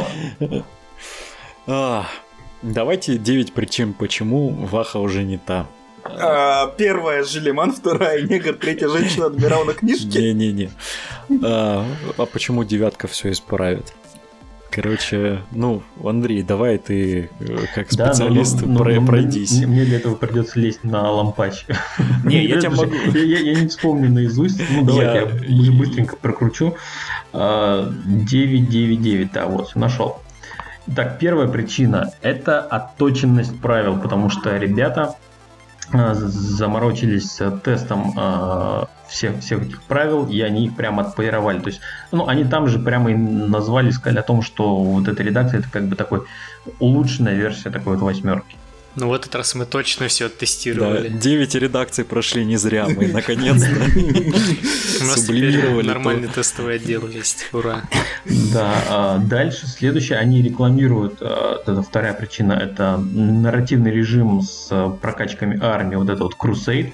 Давайте 9 причин, почему Ваха уже не та. Первая Желеман, вторая негр, третья женщина-адмирал на книжке. Не-не-не. А почему 9 все исправит? Короче, Андрей, давай ты как специалист пройдись. Мне для этого придется лезть на лампач. Не, я тебя могу. Я не вспомню наизусть. Давайте я уже быстренько прокручу. 999, да, вот, нашел. Так, первая причина – это отточенность правил, потому что ребята заморочились с тестом всех этих правил, и они их прямо отполировали. То есть, они там же прямо и назвали, сказали о том, что вот эта редакция это как бы такой улучшенная версия такой вот 8. В этот раз мы точно все оттестировали. 9 редакций прошли не зря, мы наконец-то У нас теперь сублимировали. нормальный тестовый отдел есть. Ура. Да, дальше следующее, они рекламируют, это вторая причина, это нарративный режим с прокачками армии, вот это вот Crusade.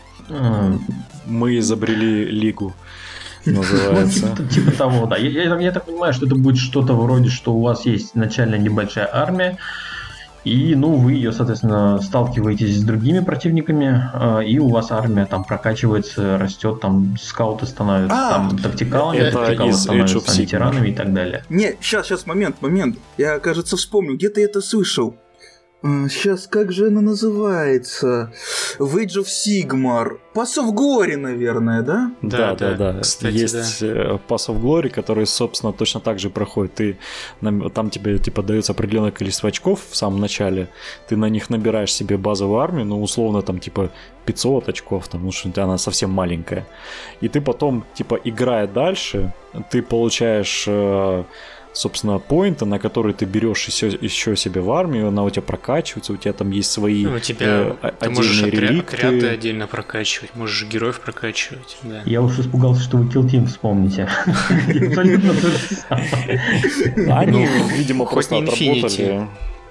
Мы изобрели лигу, называется. Типа того, да. Я так понимаю, что это будет что-то вроде, что у вас есть начальная небольшая армия, и, вы ее, соответственно, сталкиваетесь с другими противниками, и у вас армия там прокачивается, растет, там скауты становятся там тактикалами, тактикалы становятся там ветеранами и так далее. Не, сейчас, момент. Я, кажется, вспомнил, где-то я это слышал. Сейчас, как же она называется? В Age of Sigmar. Pass of Glory, наверное, да? Да. Кстати, есть Pass of Glory, который, собственно, точно так же проходит. Там тебе дается определенное количество очков в самом начале. Ты на них набираешь себе базовую армию, условно, там, 500 очков, потому что она совсем маленькая. И ты потом, играя дальше, ты получаешь... собственно, поинты, на которые ты берешь еще себе в армию, она у тебя прокачивается, у тебя там есть свои ты можешь отдельные отряды отдельно прокачивать, можешь героев прокачивать. Да. Я уж испугался, что вы Kill Team вспомните. Абсолютно то же самое. Они, видимо, просто отработали.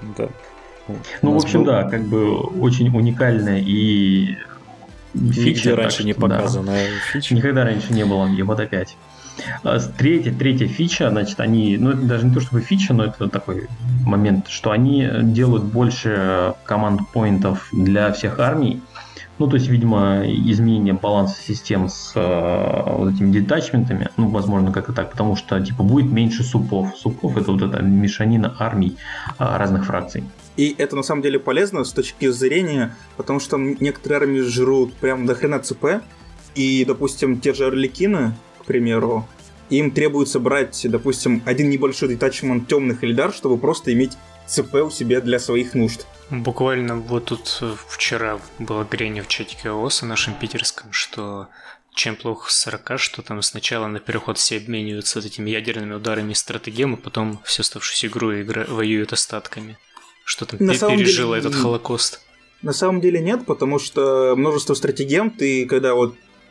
В общем, да, как бы очень уникальная и фича раньше не показанная фича. Никогда раньше не было, и вот опять. Третья фича, значит, они, это даже не то чтобы фича, но это такой момент, что они делают больше команд-поинтов для всех армий. То есть, видимо, изменение баланса систем с вот этими детачментами, возможно, как-то так, потому что, будет меньше супов. Супов — это вот эта мешанина армий разных фракций. И это на самом деле полезно с точки зрения, потому что некоторые армии жрут прям до хрена ЦП, и, допустим, те же Орликины, к примеру, им требуется брать, допустим, один небольшой детачмент темных эльдар, чтобы просто иметь ЦП у себя для своих нужд. Буквально вот тут вчера было грение в чатике ООСа нашем питерском, что чем плохо 40, что там сначала на переход все обмениваются этими ядерными ударами и стратегем, а потом всю оставшуюся игру воюют остатками. Что там пережило этот Холокост? На самом деле нет, потому что множество стратегем ты, когда вот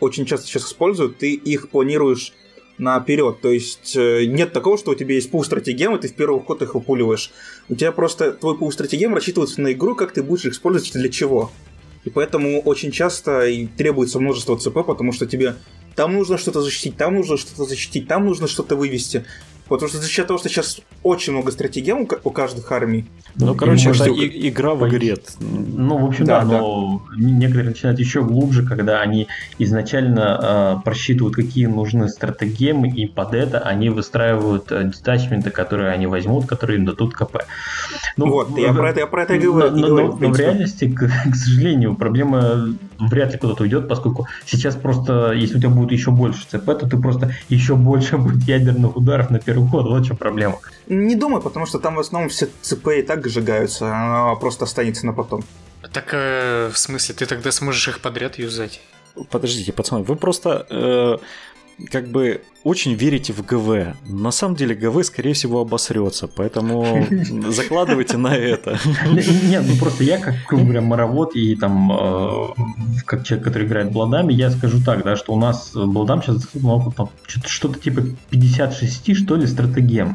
очень часто сейчас используют, ты их планируешь наперед. То есть нет такого, что у тебя есть пул стратегем, и ты в первый ход их выпуливаешь. У тебя просто твой пул стратегем рассчитывается на игру, как ты будешь их использовать и для чего. И поэтому очень часто и требуется множество ЦП, потому что тебе там нужно что-то защитить, там нужно что-то защитить, там нужно что-то вывести. Потому что за счет того, что сейчас очень много стратегем у каждых армий. Ну, короче, это игра в игре. Ну, в общем, да, но некоторые начинают еще глубже, когда они изначально просчитывают, какие нужны стратегемы, и под это они выстраивают детачменты, которые они возьмут, которые им дадут КП. Ну, вот, я про это и говорю. Но в реальности, к сожалению, проблема вряд ли куда-то уйдет, поскольку сейчас просто, если у тебя будет еще больше ЦП, то ты просто еще больше будет ядерных ударов на первый ход. Вот в чем проблема. Не думаю, потому что там в основном все ЦП и так сжигаются, оно просто останется на потом. Так, в смысле, ты тогда сможешь их подряд юзать? Подождите, пацаны, вы просто как бы очень верите в ГВ. На самом деле ГВ, скорее всего, обосрется, поэтому закладывайте на это. Нет, ну просто я, как, грубо говоря, моровод и там, как человек, который играет бладами, я скажу так, да, что у нас бладам сейчас что-то типа 56, что ли, стратегем.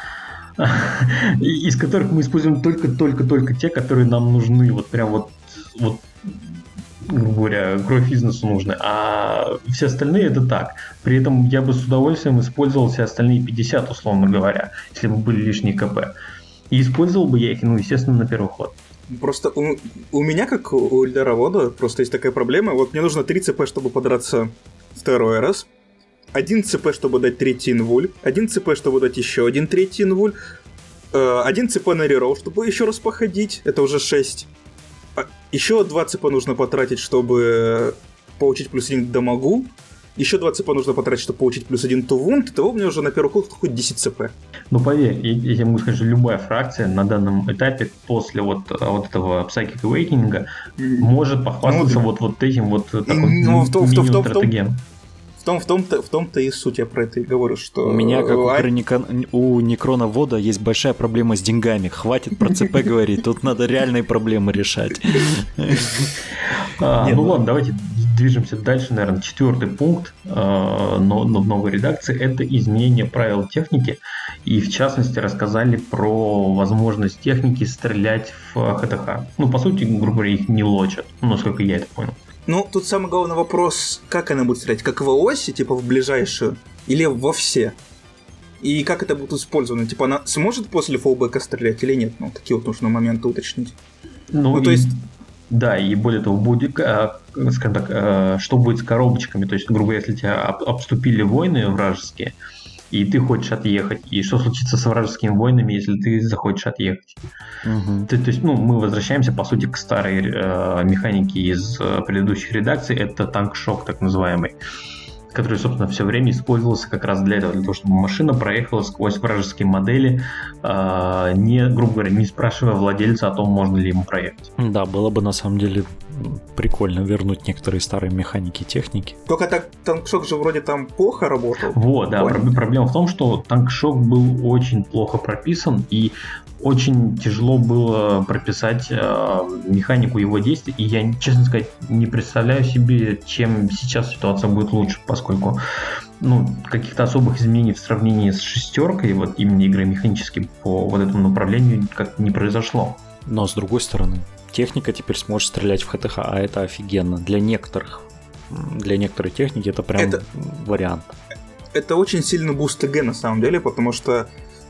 Из которых мы используем только те, которые нам нужны, вот прям вот грубо говоря, кровь бизнесу нужны, а все остальные это так. При этом я бы с удовольствием использовал все остальные 50, условно говоря, если бы были лишние КП. И использовал бы я их, ну, естественно, на первый ход. Просто у меня, как у Эльдоровода, просто есть такая проблема. Вот мне нужно 3 ЦП, чтобы подраться второй раз. 1 ЦП, чтобы дать третий инвуль. 1 ЦП, чтобы дать еще один третий инвуль. 1 ЦП на реролл, чтобы еще раз походить. Это уже 6. Еще 2 ЦП нужно потратить, чтобы получить плюс 1 к дамагу. Еще 2 ЦП нужно потратить, чтобы получить плюс 1 to wound. Итого у меня уже на первый ход хоть 10 ЦП. Ну поверь, я могу сказать, что любая фракция на данном этапе после вот этого Psychic Awakening может похвастаться вот этим вот мини-стратегием. В том-то и суть, я про это и говорю, что... У меня, как у Некроновода, есть большая проблема с деньгами. Хватит про ЦП говорить, тут надо реальные проблемы решать. Ну ладно, давайте движемся дальше, наверное. 4-й пункт в новой редакции – это изменение правил техники. И, в частности, рассказали про возможность техники стрелять в ХТХ. Ну, по сути, грубо говоря, их не лочат, насколько я это понял. Ну, тут самый главный вопрос, как она будет стрелять? Как в оси, типа в ближайшую, или во все? И как это будет использовано? Типа она сможет после фоллбэка стрелять или нет? Ну, такие вот нужно моменты уточнить. Ну, то есть... Да, и более того, будет, скажем так, что будет с коробочками? То есть, грубо говоря, если тебя обступили войны вражеские, и ты хочешь отъехать, и что случится с вражескими войнами, если ты захочешь отъехать? Угу. То есть, ну, мы возвращаемся, по сути, к старой механике из предыдущих редакций, это танк-шок, так называемый, который, собственно, все время использовался как раз для этого, для того, чтобы машина проехала сквозь вражеские модели, грубо говоря, не спрашивая владельца о том, можно ли ему проехать. Да, было бы на самом деле прикольно вернуть некоторые старые механики техники. Только так танк-шок же вроде там плохо работал. Вот, да, проблема в том, что танк-шок был очень плохо прописан, и очень тяжело было прописать механику его действий, и я, честно сказать, не представляю себе, чем сейчас ситуация будет лучше, поскольку каких-то особых изменений в сравнении с 6-й, вот именно игры механически по вот этому направлению как не произошло. Но с другой стороны, техника теперь сможет стрелять в ХТХ, а это офигенно. Для некоторой техники это прям вариант. Это очень сильный буст ТГ на самом деле, потому что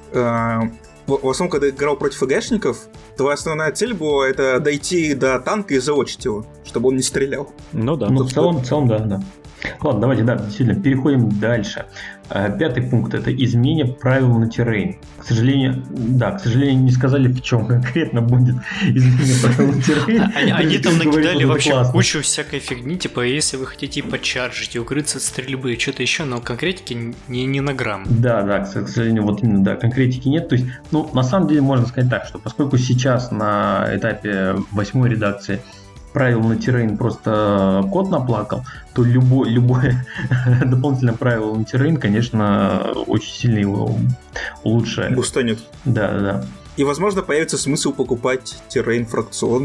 в основном, когда играл против ЭГшников, твоя основная цель была это дойти до танка и заочить его, чтобы он не стрелял. Ну да. Ну, в целом, да. Ладно, давайте, действительно, переходим дальше. 5-й пункт – это изменение правил на террейн. К сожалению, не сказали, в чем конкретно будет изменение правил на террейн. Они там накидали вообще кучу всякой фигни, типа, если вы хотите подчаржить и укрыться от стрельбы и что-то еще, но конкретики не на грамм. Да, к сожалению, вот именно, да, конкретики нет. То есть, на самом деле можно сказать так, что поскольку сейчас на этапе 8-й редакции правил на террейн просто кот наплакал, то любое дополнительное правило на террейн, конечно, очень сильно его улучшает. Бустанет. Да. И, возможно, появится смысл покупать террейн фракцион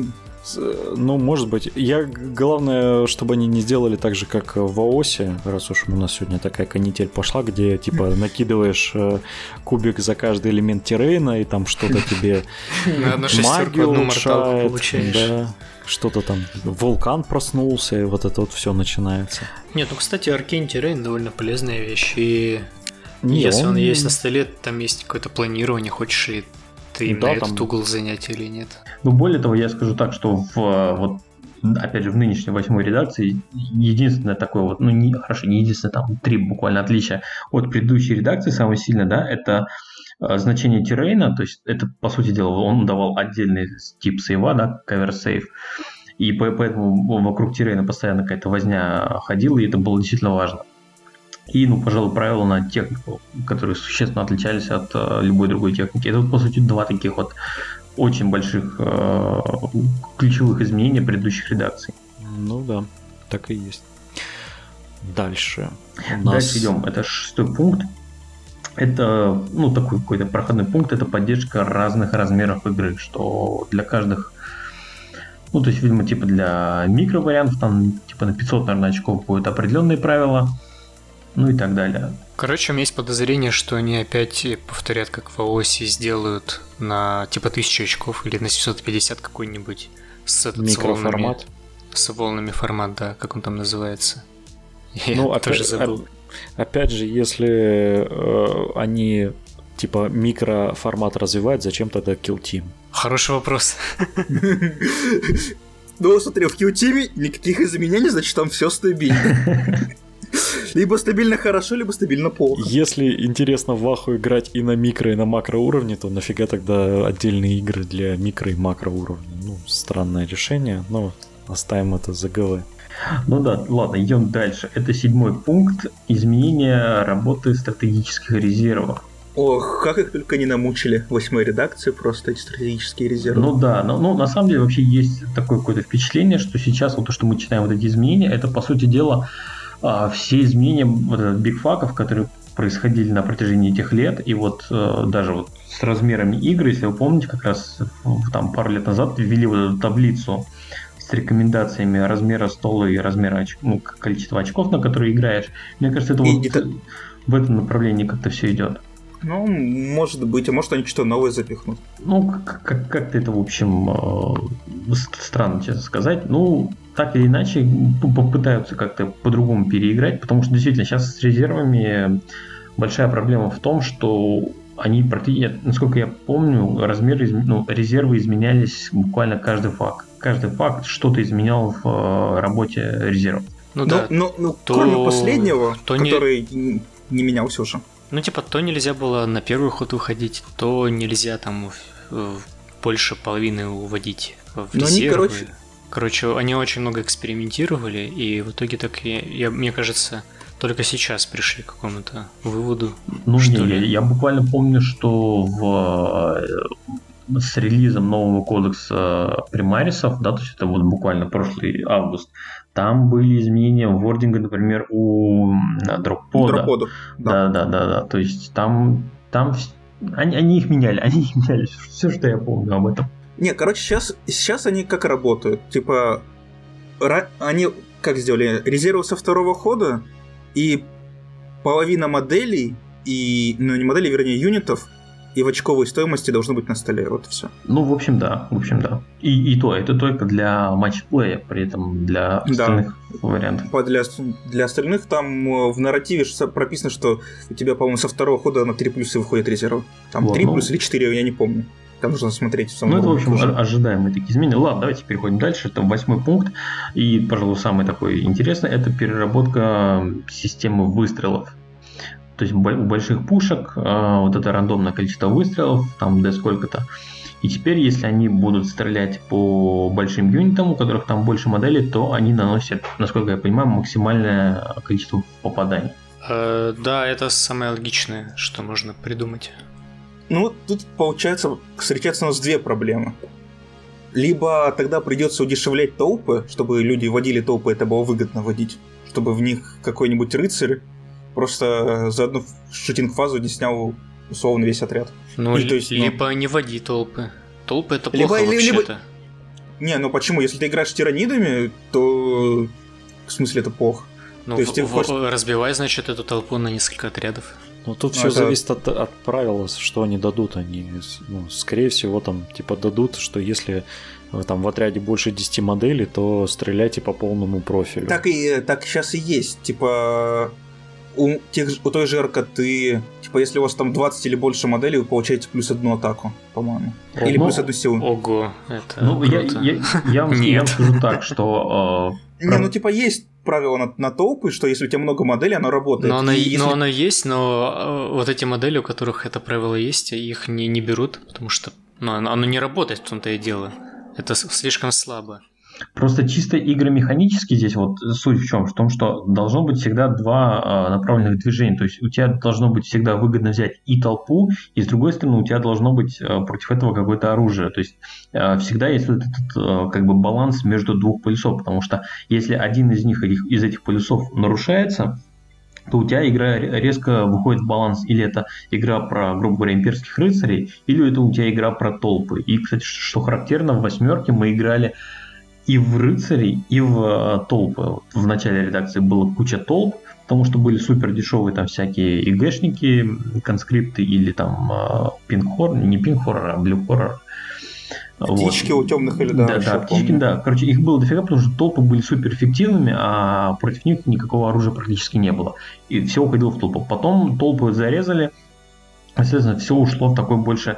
Ну, может быть. Главное, чтобы они не сделали так же, как в АОСе, раз уж у нас сегодня такая канитель пошла, где, типа, накидываешь кубик за каждый элемент террейна, и там что-то тебе магию улучшает. Да, что-то там, вулкан проснулся, и вот это вот все начинается. Нет, ну, кстати, Arcane Terrain довольно полезная вещь, и если он есть на столе, там есть какое-то планирование, хочешь ли ты именно этот угол занять или нет. Ну, более того, я скажу так, что опять же, в нынешней 8-й редакции единственное такое вот, ну, не единственное, там 3 буквально отличия от предыдущей редакции, самое сильное, да, это значение террейна, то есть это, по сути дела, он давал отдельный тип сейва, да, cover save, и поэтому вокруг террейна постоянно какая-то возня ходила, и это было действительно важно. И, ну, пожалуй, правила на технику, которые существенно отличались от любой другой техники. Это, по сути, 2 таких вот очень больших ключевых изменения предыдущих редакций. Ну да, так и есть. Дальше идем. Это 6-й пункт. Это, ну, такой какой-то проходной пункт. Это поддержка разных размеров игры, что для каждых... Ну, то есть, видимо, типа для микровариантов, там, типа на 500, наверное, очков будут определенные правила. Ну и так далее. Короче, у меня есть подозрение, что они опять повторят, как в АОСе, сделают на типа 1000 очков или на 750 какой-нибудь микроформат. С волнами формат, да, как он там называется. Ну, опять же, если они типа микроформат развивают, зачем тогда Kill Team? Хороший вопрос. Ну, смотри, в Kill Team никаких изменений, значит, там все стабильно. Либо стабильно хорошо, либо стабильно плохо. Если интересно в Аху играть и на микро, и на макро уровне, то нафига тогда отдельные игры для микро и макро уровня? Ну, странное решение, но оставим это за ГВ. Ну да, ладно, идем дальше. Это 7-й пункт. Изменение работы стратегических резервов. Ох, как их только не намучили в 8-й редакции, просто эти стратегические резервы. Ну да, но на самом деле вообще есть такое какое-то впечатление, что сейчас вот то, что мы читаем вот эти изменения, это, по сути дела, все изменения вот бигфаков, которые происходили на протяжении этих лет, и вот даже вот с размерами игры, если вы помните, как раз там пару лет назад ввели вот эту таблицу с рекомендациями размера стола и размера количества очков, на которые играешь. Мне кажется, это в этом направлении как-то все идет. Ну, может быть, а может они что-то новое запихнут. Ну, как-то это, в общем, странно, честно сказать. Ну, так или иначе, попытаются как-то по-другому переиграть, потому что действительно сейчас с резервами большая проблема в том, что они, насколько я помню, резервы изменялись буквально каждый факт. Каждый факт что-то изменял в работе резервов. Ну да. Кроме последнего, который не менялся уже. Ну, типа, то нельзя было на первый ход выходить, то нельзя там больше половины уводить в резервы. Короче, они очень много экспериментировали, и в итоге так, мне кажется, только сейчас пришли к какому-то выводу. Ну, я буквально помню, что с релизом нового кодекса примарисов, да, то есть это вот буквально прошлый август, там были изменения в вординге, например, у дроппода. Да. То есть там они их меняли, все, что я помню об этом. Не, короче, сейчас они как работают. Типа, они как сделали? Резервы со второго хода, и половина моделей, не моделей, вернее, юнитов, и в очковой стоимости должно быть на столе. Вот и все. Ну, в общем, да. И то, это только для матчплея, при этом для остальных вариантов. Для остальных там в нарративе прописано, что у тебя, по-моему, со второго хода на 3 плюса выходит резерв. Там 3 плюс или 4, я не помню. Там нужно смотреть в самом. Ну, это, в общем, ожидаемые такие изменения. Ладно, давайте переходим дальше. Это 8-й пункт. И, пожалуй, самый такой интересный – это переработка системы выстрелов. То есть у больших пушек вот это рандомное количество выстрелов, там до сколько-то. И теперь, если они будут стрелять по большим юнитам, у которых там больше моделей, то они наносят, насколько я понимаю, максимальное количество попаданий. Да, это самое логичное, что можно придумать. Ну, тут, получается, встречаются у нас 2 проблемы. Либо тогда придется удешевлять толпы, чтобы люди водили толпы, это было выгодно водить, чтобы в них какой-нибудь рыцарь просто за одну шутинг-фазу не снял условно весь отряд. Ну, либо не води толпы. Толпы это плохо вообще-то. Не, ну почему? Если ты играешь с тиранидами, то... В смысле, это плохо. Ну, то есть разбивай, значит, эту толпу на несколько отрядов. Ну, тут все зависит от правил, что они дадут. Они, скорее всего, там, типа, дадут, что если там в отряде больше 10 моделей, то стреляйте по полному профилю. Так сейчас и есть. Типа, у той же РКТ, типа, если у вас там 20 или больше моделей, вы получаете плюс 1 атаку, по-моему. Или плюс 1 силу. Ого, это круто. Я вам скажу так, что... Не, ну типа есть правило на толпы, что если у тебя много моделей, оно работает. Но оно есть, но вот эти модели, у которых это правило есть, их не берут, потому что оно не работает, в том-то и дело. Это слишком слабо. Просто чисто игромеханически здесь вот суть в чем? В том, что должно быть всегда два направленных движения. То есть у тебя должно быть всегда выгодно взять и толпу, и с другой стороны у тебя должно быть против этого какое-то оружие. То есть всегда есть вот этот как бы баланс между двух полюсов, потому что если один из этих полюсов нарушается, то у тебя игра резко выходит в баланс. Или это игра про, грубо говоря, имперских рыцарей, или это у тебя игра про толпы. И, кстати, что характерно, в 8 мы играли и в рыцарей, и в толпы. В начале редакции было куча толп, потому что были супер дешевые там всякие ИГшники, конскрипты или там пинг-хоррор, не пинг-хоррор, а блю-хоррор. Птички у темных или да. Да, птички, да. Короче, их было дофига, потому что толпы были супер эффективными, а против них никакого оружия практически не было. И все уходило в толпу. Потом толпы зарезали. Естественно, все ушло в такой больше,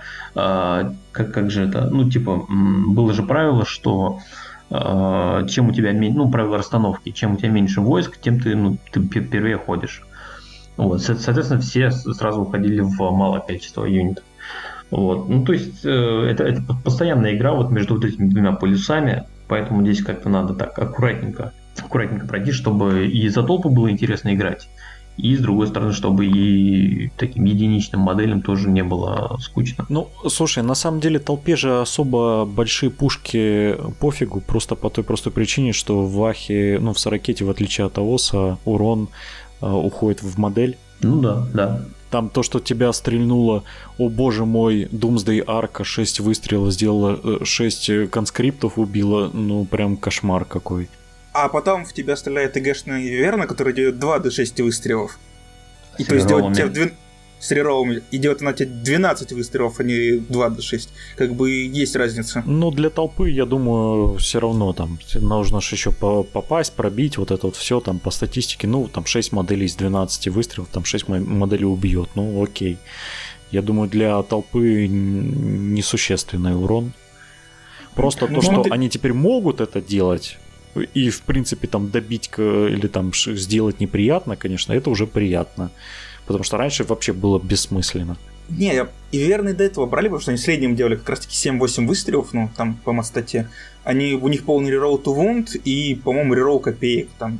как же это, ну, типа, было же правило, что чем у тебя меньше, правила расстановки, чем у тебя меньше войск, тем ты первее ходишь. Вот, соответственно, все сразу уходили в малое количество юнитов. Вот. Ну, то есть, это постоянная игра вот между вот этими двумя полюсами, поэтому здесь как-то надо так аккуратненько пройти, чтобы и за толпу было интересно играть, и с другой стороны, чтобы и таким единичным моделям тоже не было скучно. Ну, слушай, на самом деле толпе же особо большие пушки пофигу, просто по той простой причине, что в Вахе, в Сорокете, в отличие от АОСа, урон уходит в модель. Ну да. Там то, что тебя стрельнуло, о боже мой, Doomsday Арка, 6 выстрелов сделала, 6 конскриптов убила, прям кошмар какой. А потом в тебя стреляет ИГшный Верна, который делает 2d6 выстрелов. И с то есть делает рероллами. тебе с рероллами. И делает она тебе 12 выстрелов, а не 2d6. Как бы есть разница. Для толпы, я думаю, все равно там нужно же еще попасть, пробить вот это вот все там по статистике. там 6 моделей из 12 выстрелов, там 6 моделей убьет. Окей. Я думаю, для толпы несущественный урон. Просто то, что они теперь могут это делать, и, в принципе, там добить или там сделать неприятно, конечно, это уже приятно. Потому что раньше вообще было бессмысленно. Не, и верные до этого брали, потому что они в среднем делали как раз-таки 7-8 выстрелов, там, по мастате. У них полный реролл to wound и, по-моему, реролл копеек там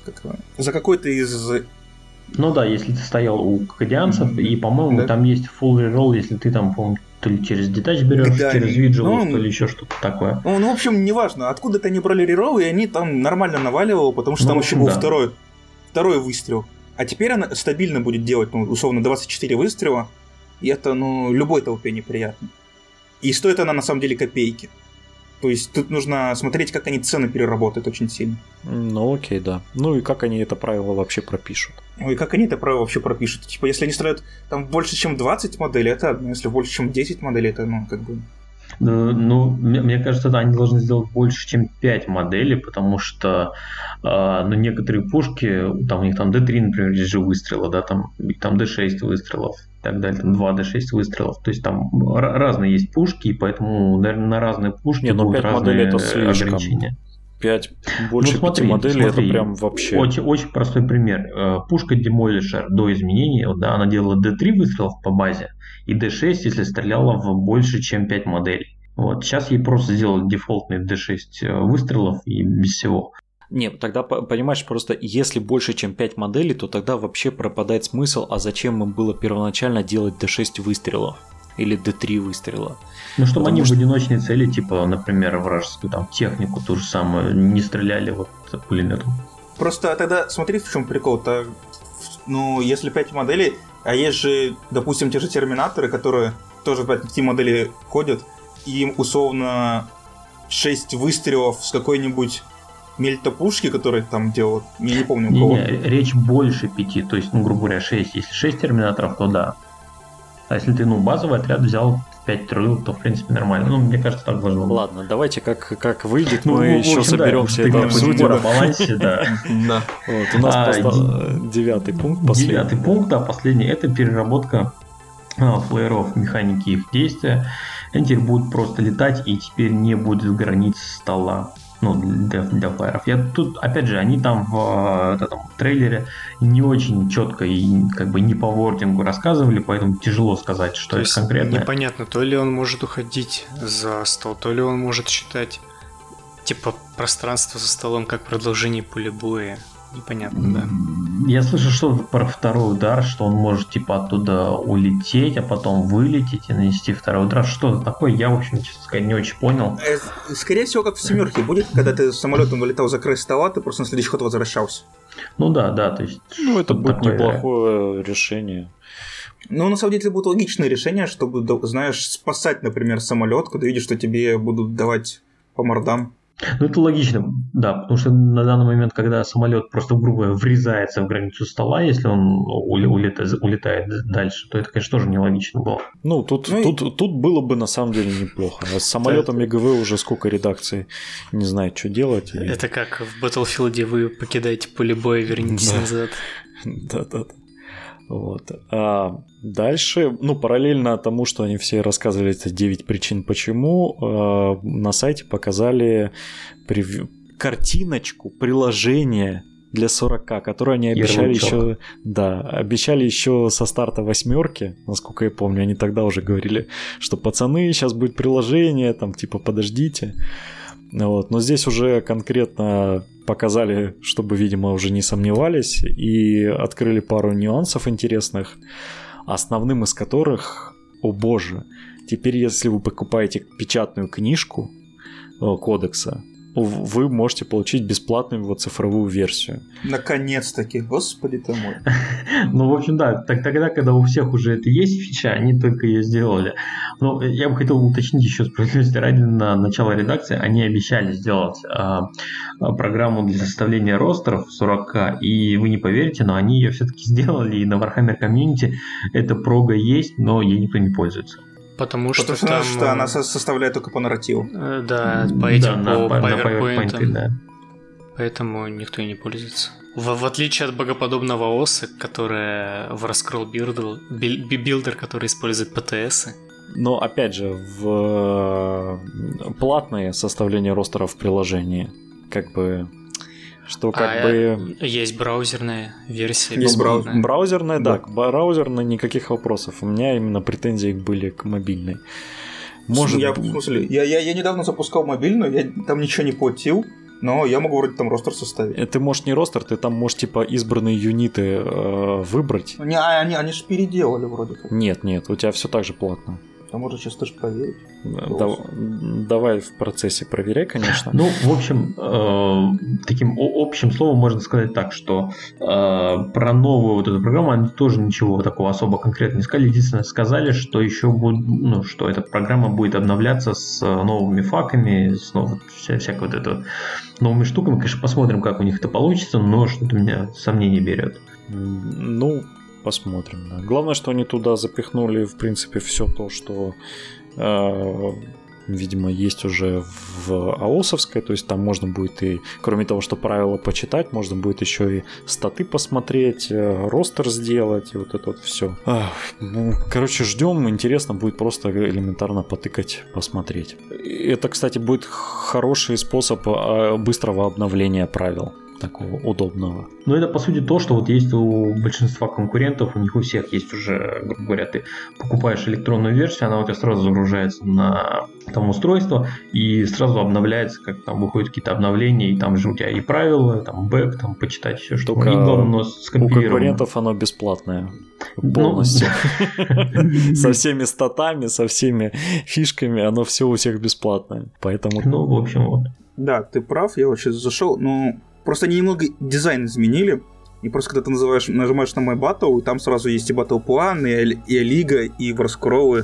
за какой-то из... Ну да, если ты стоял у кадианцев, и, по-моему, там есть full reroll, если ты там, по-моему, то ли через детач берешь, через Vigilus, то ли еще что-то такое. В общем, неважно, откуда-то они брали реролл, и они там нормально наваливало, потому что там еще был второй выстрел. А теперь она стабильно будет делать, условно, 24 выстрела, и это, любой толпе неприятно. И стоит она, на самом деле, копейки. То есть тут нужно смотреть, как они цены переработают очень сильно. Окей, да. И как они это правило вообще пропишут. Типа, если они строят там больше, чем 20 моделей, это одно. Если больше, чем 10 моделей, это, как бы... Мне кажется, они должны сделать больше, чем 5 моделей, потому что некоторые пушки, там у них там D3, например, здесь же выстрела, да, там D6 выстрелов и так далее, там 2D6 выстрелов. То есть там разные есть пушки, и поэтому, наверное, на разные пушки будут 5 разные моделей это слишком. ограничения. 5, больше 5 моделей, это прям вообще... Очень простой пример. Пушка Demolisher до изменений, она делала D3 выстрелов по базе, и D6, если стреляла в больше, чем 5 моделей. Сейчас ей просто сделали дефолтный D6 выстрелов и без всего. Нет, тогда, понимаешь, просто если больше, чем 5 моделей, то тогда вообще пропадает смысл, а зачем им было первоначально делать D6 выстрелов или D3 выстрела. Чтобы они в одиночной цели, типа, например, вражескую там технику, ту же самую, не стреляли пулеметом. Просто тогда смотри, в чем прикол-то. Если 5 моделей, а есть же, допустим, те же терминаторы, которые тоже в 5 моделей ходят, и им условно 6 выстрелов с какой-нибудь мельтопушки, которые там делают. Я не помню, у кого. Речь больше 5, то есть, грубо говоря, 6. Если 6 терминаторов, то да. А если ты, базовый отряд взял 5 трыл, то, в принципе, нормально. Мне кажется, так должно быть. Ладно, давайте, как выйдет, мы еще соберемся это обсудим. О балансе, да. У нас 9-й пункт, последний. 9-й пункт, да, последний. Это переработка флееров, механики их действия. Они теперь будут просто летать, и теперь не будет границ стола. Для флайеров. Тут, опять же, они там в этом трейлере не очень четко и не по вордингу рассказывали, поэтому тяжело сказать, что то это конкретно. Непонятно, то ли он может уходить за стол, то ли он может считать пространство за столом как продолжение поля боя. Непонятно, да. Я слышал что-то про второй удар, что он может оттуда улететь, а потом вылететь и нанести второй удар. Что-то такое, я, в общем, честно сказать, не очень понял. Скорее всего, как в «Семерке» будет, когда ты самолетом вылетал за край стола, ты просто на следующий ход возвращался. Да, то есть... это будет неплохое решение. На самом деле, это будет логичное решение, чтобы, спасать, например, самолет, когда видишь, что тебе будут давать по мордам. Это логично, да, потому что на данный момент, когда самолет просто, грубо говоря, врезается в границу стола, если он улетает дальше, то это, конечно, тоже нелогично было. Тут было бы на самом деле неплохо. А с самолетом ЕГВ уже сколько редакций не знает, что делать. Это как в Battlefield вы покидаете поле боя, вернитесь назад. Да. А дальше, параллельно тому, что они все рассказывали, это 9 причин почему, на сайте показали картиночку, приложение для 40, которое они обещали еще со старта 8, насколько я помню. Они тогда уже говорили, что пацаны, сейчас будет приложение, подождите. Но здесь уже конкретно показали, чтобы, видимо, уже не сомневались, и открыли пару нюансов интересных, основным из которых, о боже, теперь если вы покупаете печатную книжку кодекса, вы можете получить бесплатную его цифровую версию. Наконец-таки, господи ты мой. В общем, да, тогда, когда у всех уже это есть фича, они только ее сделали. Но я бы хотел уточнить еще справедливости ради, на начало редакции они обещали сделать программу для составления ростеров 40, и вы не поверите, но они ее все-таки сделали, и на Warhammer Community эта прога есть, но ей никто не пользуется. Потому что она составляет только по нарративу. Да, по этим, по PowerPoint. Да. Поэтому никто и не пользуется. В отличие от богоподобного ОСа, которая в Raskroll Builder, который использует ПТСы. Но опять же, в платное составление ростера в приложении, что есть браузерная версия. Есть браузерная, да, браузерная, никаких вопросов. У меня именно претензии были к мобильной. Я недавно запускал мобильную, я там ничего не платил, но я могу вроде там ростер составить. Ты можешь не ростер, ты там можешь избранные юниты выбрать. Они же переделали вроде как. Нет, у тебя все так же платно. А может сейчас тоже проверить? Давай в процессе проверяй, конечно. В общем, таким общим словом можно сказать так, что про новую вот эту программу они тоже ничего такого особо конкретно не сказали. Единственное, сказали, что еще будет, что эта программа будет обновляться с новыми факами, с всякой вот этой новыми штуками. Конечно, посмотрим, как у них это получится, но что-то меня сомнение берет. Посмотрим, да. Главное, что они туда запихнули, в принципе, все то, что, видимо, есть уже в АОСовской, то есть там можно будет и, кроме того, что правила почитать, можно будет еще и статы посмотреть, ростер сделать, и вот это вот все. Ждем, интересно будет просто элементарно потыкать, посмотреть. Это, кстати, будет хороший способ быстрого обновления правил. Такого удобного. Это по сути то, что вот есть у большинства конкурентов, у них у всех есть уже, грубо говоря, ты покупаешь электронную версию, она у тебя сразу загружается на там устройство и сразу обновляется, как там выходят какие-то обновления, и там же у тебя и правила, там бэк, там почитать все, что только у конкурентов оно бесплатное полностью. Со всеми статами, со всеми фишками, оно все у всех бесплатное. Поэтому... в общем, вот. Да, ты прав, я вот сейчас зашел, просто они немного дизайн изменили, и просто когда ты нажимаешь на My Battle, там сразу есть и Battle Plan, и Лига, и Warscroll,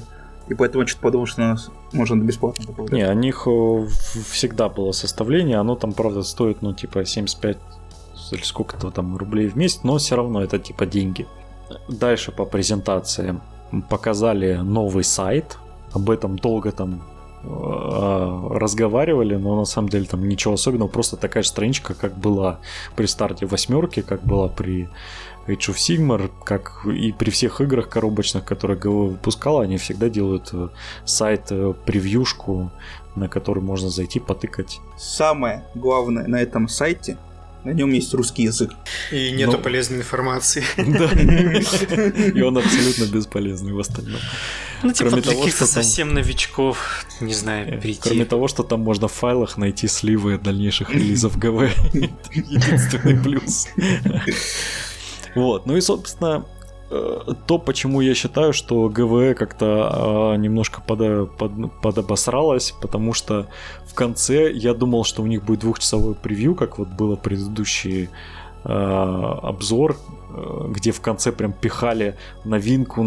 И поэтому я что-то подумал, что нас можно бесплатно попробовать. Не, у них всегда было составление, оно там, правда, стоит, 75 или сколько-то там рублей в месяц, но все равно это типа деньги. Дальше по презентации показали новый сайт, об этом долго там разговаривали, но на самом деле там ничего особенного, просто такая же страничка, как была при старте 8, как была при Age of Sigmar, как и при всех играх коробочных, которые GW выпускала, они всегда делают сайт, превьюшку, на который можно зайти, потыкать. Самое главное на этом сайте, на нем есть русский язык. И нету полезной информации. Да. И он абсолютно бесполезный в остальном. Типа для каких-то совсем новичков, не знаю, прийти. Кроме того, что там можно в файлах найти сливы дальнейших релизов ГВ. Единственный плюс. Вот, ну и, собственно, то, почему я считаю, что ГВ как-то немножко подобосралась, потому что в конце я думал, что у них будет 2-часовой превью, как вот было предыдущий обзор, где в конце прям пихали новинку.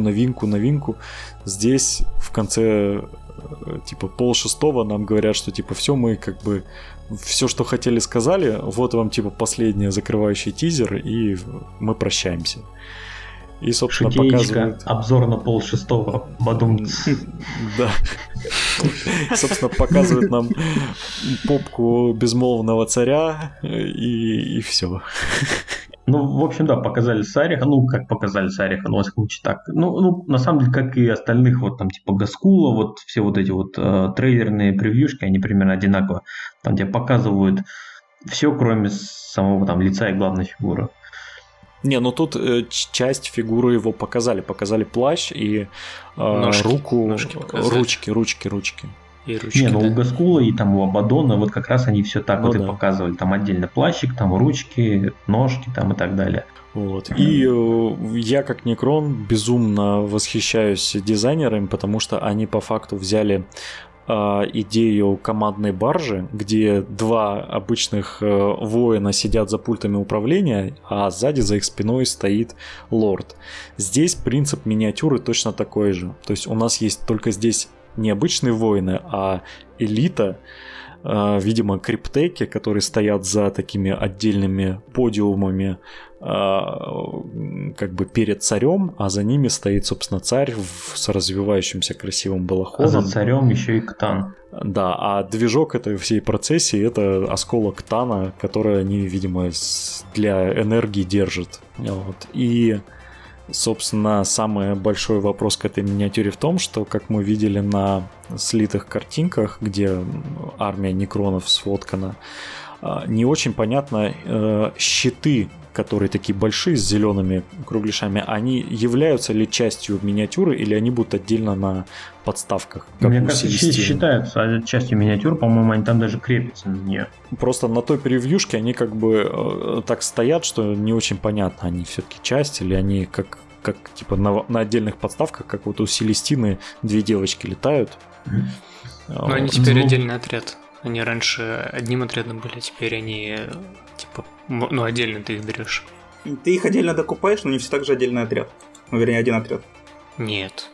Здесь в конце типа 5:30 нам говорят, что типа все, мы как бы все, что хотели, сказали, вот вам типа последний закрывающий тизер, и мы прощаемся. И, собственно, показывают... Обзор на 5:30, бадум. Да. Собственно, показывают нам попку безмолвного царя, и все. Ну, в общем, да, показали Сариха. Ну, как показали Сариха, ну, так. Ну, на самом деле, как и остальных, вот там, типа Гаскула, вот все вот эти вот трейлерные превьюшки, они примерно одинаково. Там тебе показывают все, кроме самого там лица и главной фигуры. Не, ну тут часть фигуры его показали. Показали плащ и руку, ручки. И ручки, не, ну у Гаскула и там у Абадона вот как раз они все так вот и показывали. Там отдельно плащик, там ручки, ножки там и так далее. Вот. И я как Некрон безумно восхищаюсь дизайнерами, потому что они по факту взяли идею командной баржи, где 2 обычных воина сидят за пультами управления, а сзади за их спиной стоит лорд. Здесь принцип миниатюры точно такой же. То есть у нас есть только здесь не обычные воины, а элита, видимо, криптеки, которые стоят за такими отдельными подиумами, как бы перед царем, а за ними стоит, собственно, царь с развивающимся красивым балахоном. А за царем еще и Ктан. Да, а движок этой всей процессии — это осколок Ктана, который они, видимо, для энергии держат. Вот. И, собственно, самый большой вопрос к этой миниатюре в том, что, как мы видели на слитых картинках, где армия некронов сфоткана, не очень понятно, щиты, которые такие большие, с зелеными кругляшами, они являются ли частью миниатюры или они будут отдельно на подставках? Мне кажется, считаются частью миниатюры, по-моему, они там даже крепятся на нее. Просто на той превьюшке они как бы так стоят, что не очень понятно, они все-таки часть или они как типа на отдельных подставках, как вот у Селестины 2 девочки летают. Но они теперь отдельный отряд. Они раньше одним отрядом были, теперь они типа, ну, отдельно ты их берешь. Ты их отдельно докупаешь, но не все так же отдельный отряд. Ну, вернее, один отряд. Нет.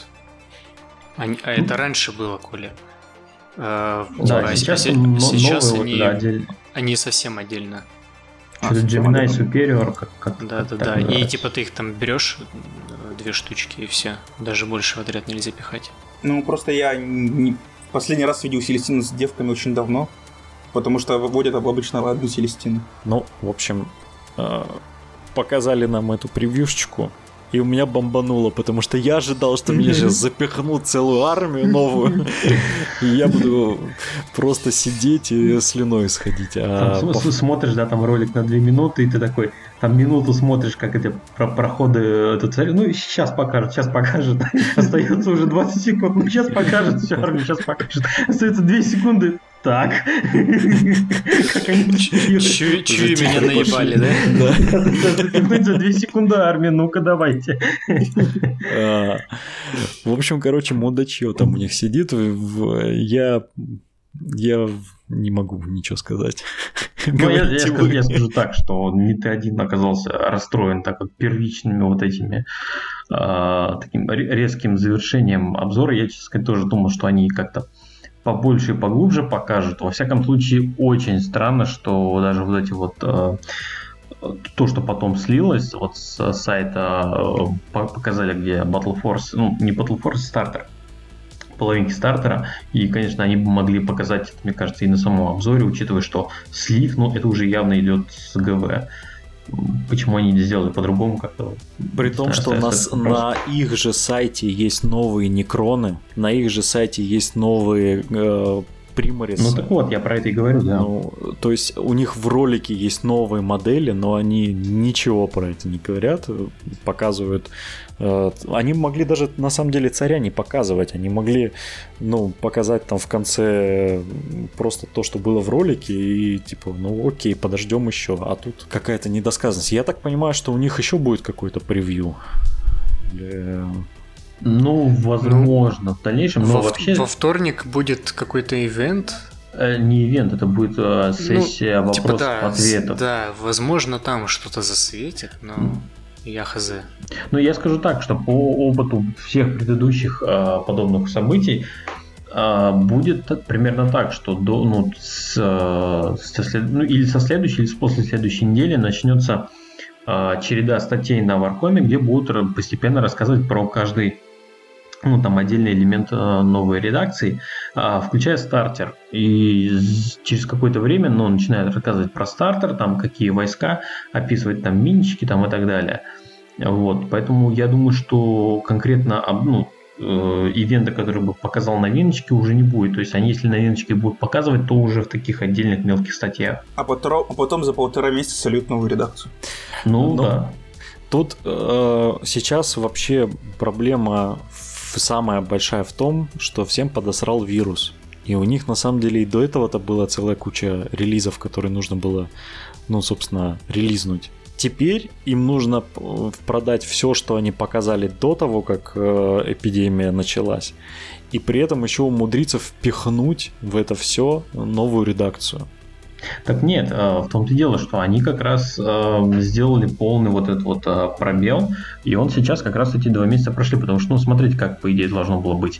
А это раньше было, Коля. Да, сейчас они, вот, отдельно. Они совсем отдельно. Что-то Gemini Superior, как Да. И типа ты их там берешь 2 штучки и все. Даже больше в отряд нельзя пихать. Ну, просто я последний раз видел Селестину с девками очень давно. Потому что вводят обычно одну Селестину. Ну, в общем, показали нам эту превьюшечку, и у меня бомбануло, потому что я ожидал, что мне сейчас запихнут целую армию новую, и я буду просто сидеть и слюной сходить. Смотришь, да, там ролик на 2 минуты, и ты такой, там минуту смотришь, как эти проходы царя, ну, сейчас покажет. Остается уже 20 секунд, ну, сейчас покажет всю армию, сейчас покажет. Остается 2 секунды. Так. Как они чуи меня наебали, да? Да. Запихнуть за 2 секунды армию, ну-ка давайте. В общем, короче, мудачье там у них сидит. Я не могу ничего сказать. Ну, я скажу так, что не ты один оказался расстроен, так как первичными вот этими таким резким завершением обзора. Я, честно сказать, тоже думал, что они как-то побольше и поглубже покажут. Во всяком случае, очень странно, что даже вот эти вот то, что потом слилось, вот с сайта показали, где Battle Force, ну, не Battle Force, стартер, половинки стартера, и, конечно, они бы могли показать это, мне кажется, и на самом обзоре, учитывая, что слив, ну, это уже явно идет с ГВ. Почему они не сделали по-другому как-то? При том, что на их же сайте есть новые некроны, на их же сайте есть новые Примарис. Ну так вот, я про это и говорю, да. Ну, то есть у них в ролике есть новые модели, но они ничего про это не говорят, показывают. Они могли даже на самом деле царя не показывать, они могли, ну, показать там в конце просто то, что было в ролике, и типа, ну окей, подождем еще. А тут какая-то недосказанность. Я так понимаю, что у них еще будет какой-то превью. Ну, возможно, в дальнейшем, но вообще... Во вторник будет какой-то ивент. Не ивент, это будет сессия вопросов-ответов. Да, возможно, там что-то засветит, но я хз. Ну, я скажу так, что по опыту всех предыдущих подобных событий будет примерно так, что или со следующей, или после следующей недели начнется череда статей на Варкоме, где будут постепенно рассказывать про каждый там отдельный элемент новой редакции, включая стартер. И через какое-то время начинают рассказывать про стартер, там какие войска, описывать там минички там, и так далее. Вот. Поэтому я думаю, что конкретно ивента, который бы показал новиночки, уже не будет. То есть они, если новиночки будут показывать, то уже в таких отдельных мелких статьях. А потом за 1,5 месяца сольют новую редакцию. Да. Тут сейчас вообще проблема самая большая в том, что всем подосрал вирус. И у них на самом деле и до этого-то была целая куча релизов, которые нужно было, собственно, релизнуть. Теперь им нужно продать все, что они показали до того, как эпидемия началась. И при этом еще умудриться впихнуть в это все новую редакцию. Так нет, в том-то и дело, что они как раз сделали полный вот этот вот пробел, и он сейчас как раз эти 2 месяца прошли, потому что, смотрите, как по идее должно было быть.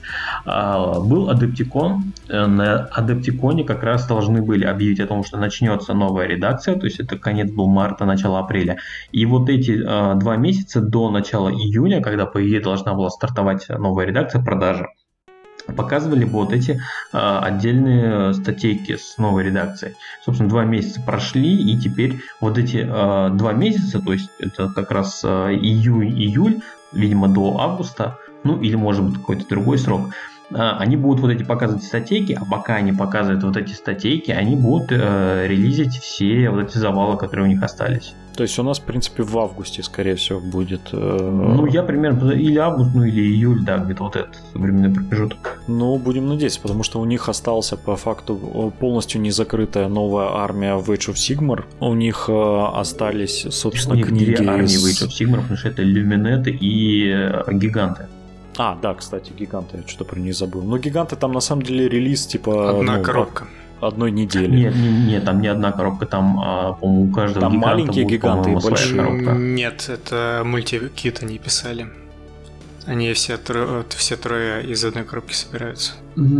Был Адептикон, на Адептиконе как раз должны были объявить о том, что начнется новая редакция, то есть это конец был марта, начало апреля, и вот эти 2 месяца до начала июня, когда по идее должна была стартовать новая редакция продажи, показывали бы вот эти отдельные статейки с новой редакцией. Собственно, 2 месяца прошли, и теперь вот эти 2 месяца, то есть это как раз июнь-июль, видимо, до августа, или может быть какой-то другой срок, они будут вот эти показывать статейки, а пока они показывают вот эти статейки, они будут релизить все вот эти завалы, которые у них остались. То есть у нас, в принципе, в августе, скорее всего, будет... я примерно или август, или июль, да, где-то вот этот временной промежуток. Будем надеяться, потому что у них остался, по факту, полностью не закрытая новая армия в Age of Sigmar. У них остались, собственно, книги... У них 2 армии в Age of Sigmar, потому что это Люминеты и Гиганты. Да, кстати, гиганты, я что-то про них забыл. Но гиганты там на самом деле релиз типа... Одна коробка. Одной недели. Нет, там не одна коробка, там, по-моему, у каждого там гиганта маленькие будет, гиганты и большие. Коробка. Нет, это мультикит они писали. Они все трое из одной коробки собираются.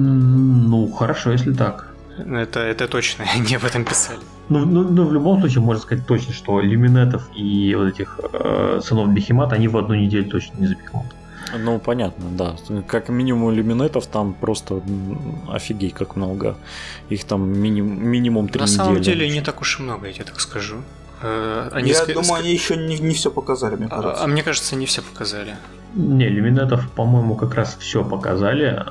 Хорошо, если так. Это точно, они об этом писали. В любом случае, можно сказать точно, что Люминетов и вот этих сынов Бехемата, они в одну неделю точно не запихнут. Понятно, да. Как минимум люминетов там просто офигеть как много. Их там минимум 3 недели. На самом деле не так уж и много, я тебе так скажу. Я думаю, они еще не все показали, мне кажется. А мне кажется, не все показали. Не, люминетов, по-моему, как раз все показали.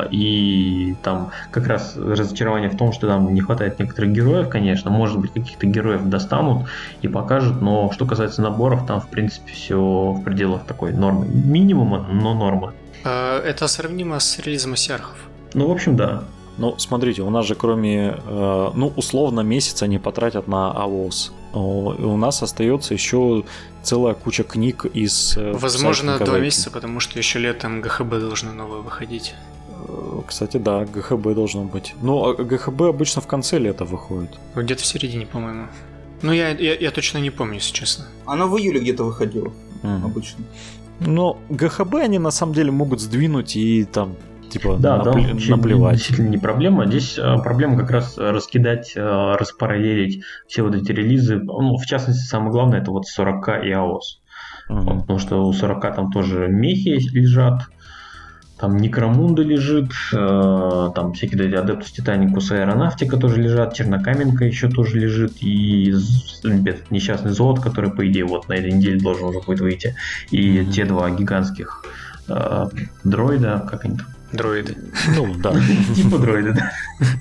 И там как раз разочарование в том, что там не хватает некоторых героев, конечно. Может быть, каких-то героев достанут и покажут. Но что касается наборов, там, в принципе, все в пределах такой нормы. Минимума, но нормы. Это сравнимо с релизом Асиархов. В общем, да. Смотрите, у нас же кроме, условно, месяца они потратят на АОС. У нас остается еще целая куча книг из... Возможно, 2 месяца, потому что еще летом ГХБ должны новые выходить. Кстати, да, ГХБ должно быть. Ну, ГХБ обычно в конце лета выходит. Где-то в середине, по-моему. Ну, я точно не помню, если честно. Оно в июле где-то выходило обычно. Но ГХБ они на самом деле могут сдвинуть и там типа наплевать. Действительно не проблема. Здесь проблема как раз раскидать, распараллелить все вот эти релизы. Ну, в частности, самое главное, это вот 40К и AOS. Вот, потому что у 40 там тоже мехи лежат, там Некромунда лежит, там всякие эти Адептус Титаникус и Аэронавтика тоже лежат, Чернокаменка еще тоже лежит, и несчастный Зод, который, по идее, вот на этой неделе должен уже будет выйти, и те два гигантских дроида, как они там? Дроиды. Ну, да. Типа дроиды, да.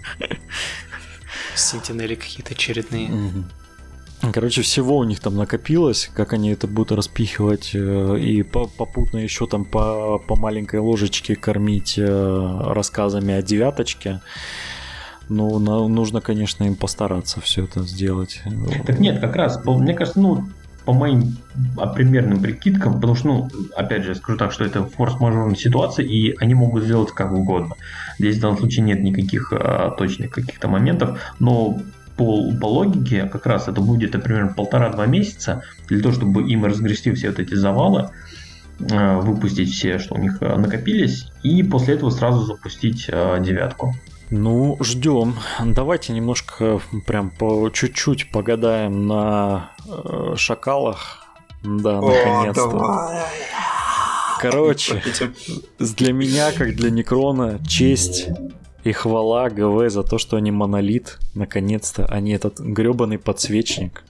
Сентинели какие-то очередные. Короче, всего у них там накопилось, как они это будут распихивать и попутно еще там по маленькой ложечке кормить рассказами о девяточке. Ну, нужно, конечно, им постараться все это сделать. Так нет, как раз, мне кажется, по моим примерным прикидкам, потому что, опять же, я скажу так, что это форс-мажорная ситуация, и они могут сделать как угодно. Здесь в данном случае нет никаких точных каких-то моментов, но по логике, как раз это будет, например, 1,5-2 месяца для того, чтобы им разгрести все вот эти завалы, выпустить все, что у них накопились, и после этого сразу запустить девятку. Ну, ждем. Давайте немножко прям по чуть-чуть погадаем на шакалах. Да, наконец-то. Давай. Короче, для меня, как для Некрона, честь и хвала ГВ за то, что они монолит. Наконец-то они этот гребаный подсвечник.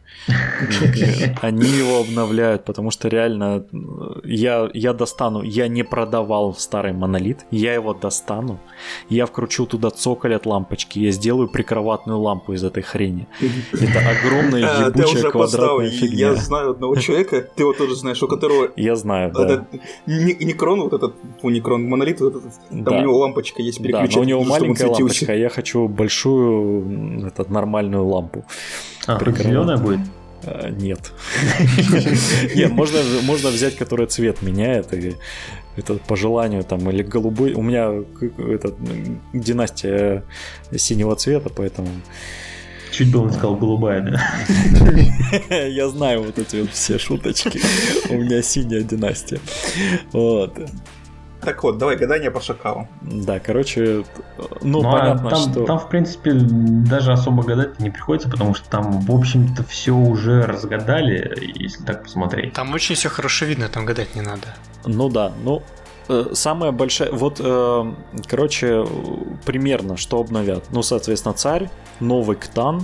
Они его обновляют, потому что реально я достану, я не продавал старый монолит, я его достану, я вкручу туда цоколь от лампочки, я сделаю прикроватную лампу из этой хрени. Это огромная ебучая квадратная фигня. Я знаю одного человека, ты его тоже знаешь, у которого... Я знаю, да. Некрон, вот этот, Некрон монолит, вот этот, там у него лампочка есть переключатель. Да, но у него маленькая лампочка, а я хочу большую, нормальную лампу. Зеленая будет? Нет. Нет, можно взять, который цвет меняет, и это по желанию там, или голубой. У меня династия синего цвета, поэтому... Чуть было сказал голубая, да? Я знаю вот эти вот все шуточки. У меня синяя династия. Вот. Так вот, давай гадание по шакалам. Да, короче, понятно, что... Там, в принципе, даже особо гадать не приходится, потому что там, в общем-то, все уже разгадали, если так посмотреть. Там очень все хорошо видно, там гадать не надо. Ну да, самая большая... Вот, короче, примерно, что обновят. Ну, соответственно, Царь, новый Ктан,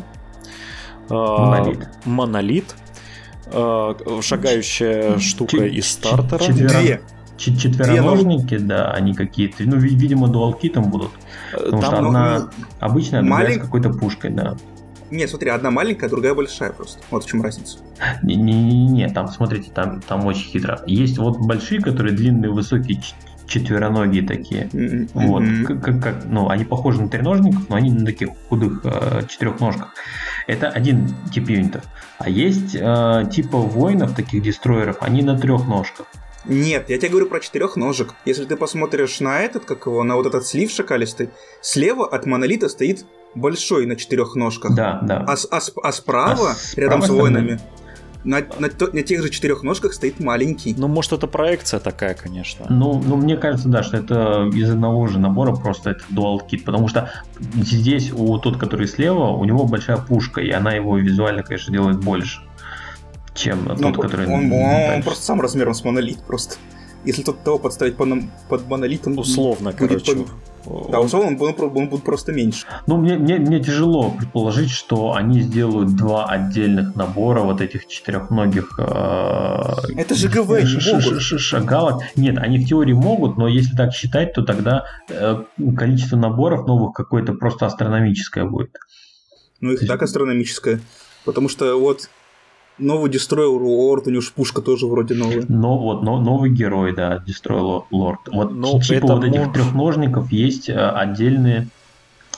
Монолит, шагающая штука из стартера. Четвероножники, да, они какие-то, видимо, дуалкитом будут. Потому что одна обычная, другая с какой-то пушкой, да. Нет, смотри, одна маленькая, другая большая просто. Вот в чем разница. Не, там, смотрите, там очень хитро. Есть вот большие, которые длинные, высокие, четвероногие такие. Вот. Они похожи на треножников, но они на таких худых четырехножках. Это один тип юнитов. А есть типа воинов, таких дестройеров, они на трехножках. Нет, я тебе говорю про четырехножек. Если ты посмотришь на на вот этот слив шакалистый, слева от монолита стоит большой на четырех ножках. Да. А справа, рядом с воинами, на тех же четырех ножках стоит маленький. Ну, может, это проекция такая, конечно. Ну, мне кажется, да, что это из одного же набора, просто это дуал-кит, потому что здесь у тот, который слева, у него большая пушка, и она его визуально, конечно, делает больше, чем тот, который... Он просто сам размером с монолит, просто. Если того подставить под монолит, он условно, короче. Да, условно, он будет просто меньше. Ну, мне тяжело предположить, что они сделают два отдельных набора вот этих четырехногих... Это же ГВ, не могут. Шагалок. Нет, они в теории могут, но если так считать, то тогда количество наборов новых какое-то просто астрономическое будет. Ну, их так астрономическое. Потому что вот... Новый Destroy Lord, у него же пушка тоже вроде новая. Новый герой, да, Destroy Lord. Вот типа вот этих трехножников есть отдельные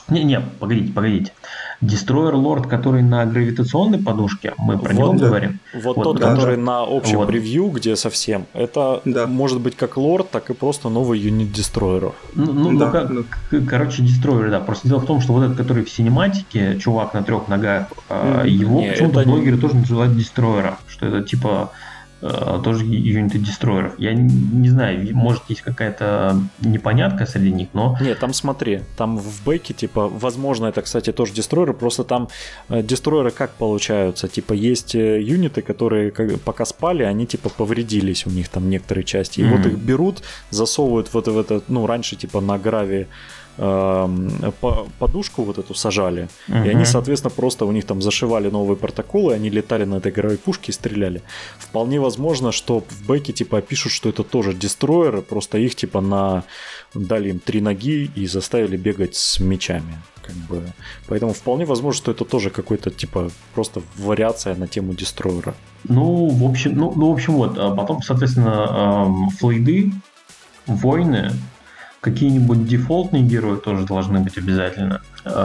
Не, погодите. Destroyer Lord, который на гравитационной подушке, мы про него говорим. Вот тот, который на общем превью, где совсем, это может быть как лорд, так и просто новый юнит дестройеров. Короче, дестройер, да. Просто дело в том, что вот этот, который в синематике, чувак на 3 ногах, его почему-то блогеры тоже называют дестройером, что это типа тоже юниты дестройеров. Я не знаю, может есть какая-то непонятка среди них, но... Нет, там смотри, там в бэке, типа, возможно, это, кстати, тоже дестройеры, просто там дестройеры как получаются? Типа, есть юниты, которые пока спали, они, типа, повредились у них там некоторые части, и вот их берут, засовывают вот в это, ну, раньше, типа, на граве подушку вот эту сажали, и они, соответственно, просто у них там зашивали новые протоколы, они летали на этой игровой пушке и стреляли. Вполне возможно, что в бэке типа пишут, что это тоже дестройеры, просто их типа дали им 3 ноги и заставили бегать с мечами. Как бы. Поэтому вполне возможно, что это тоже какой-то типа просто вариация на тему дестройера. В общем, вот. Потом, соответственно, флейды, войны, какие-нибудь дефолтные герои тоже должны быть обязательно.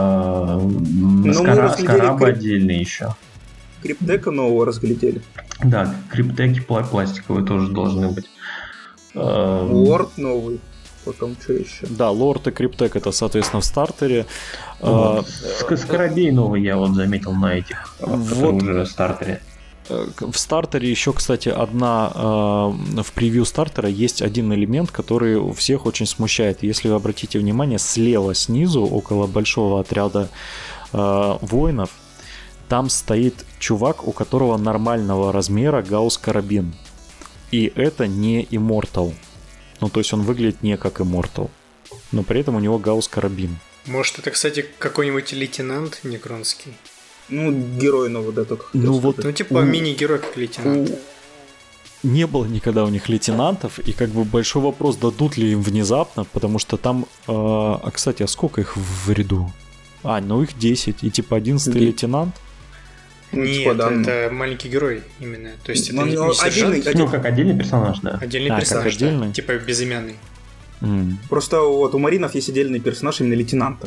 Скарабы отдельные еще. Криптека нового разглядели. Да, криптеки пластиковые тоже должны быть. Лорд новый. Потом что еще? Да, лорд и криптек это, соответственно, в стартере. Скоробей новый я вот заметил на этих, которые уже в стартере. В стартере еще, кстати, в превью стартера есть один элемент, который у всех очень смущает. Если вы обратите внимание, слева снизу, около большого отряда воинов, там стоит чувак, у которого нормального размера гаусс-карабин. И это не Immortal. Ну, то есть он выглядит не как Immortal. Но при этом у него гаусс-карабин. Может, это, кстати, какой-нибудь лейтенант некронский? Герой новый, да, только. Типа мини-герой, как лейтенант. Не было никогда у них лейтенантов, и как бы большой вопрос, дадут ли им внезапно, потому что там... кстати, сколько их в ряду? Их 10, и типа 11-й лейтенант? Нет, это маленький герой именно. То есть это не сержант. Как отдельный персонаж, да. Отдельный персонаж, да, типа безымянный. Просто вот у маринов есть отдельный персонаж именно лейтенанта.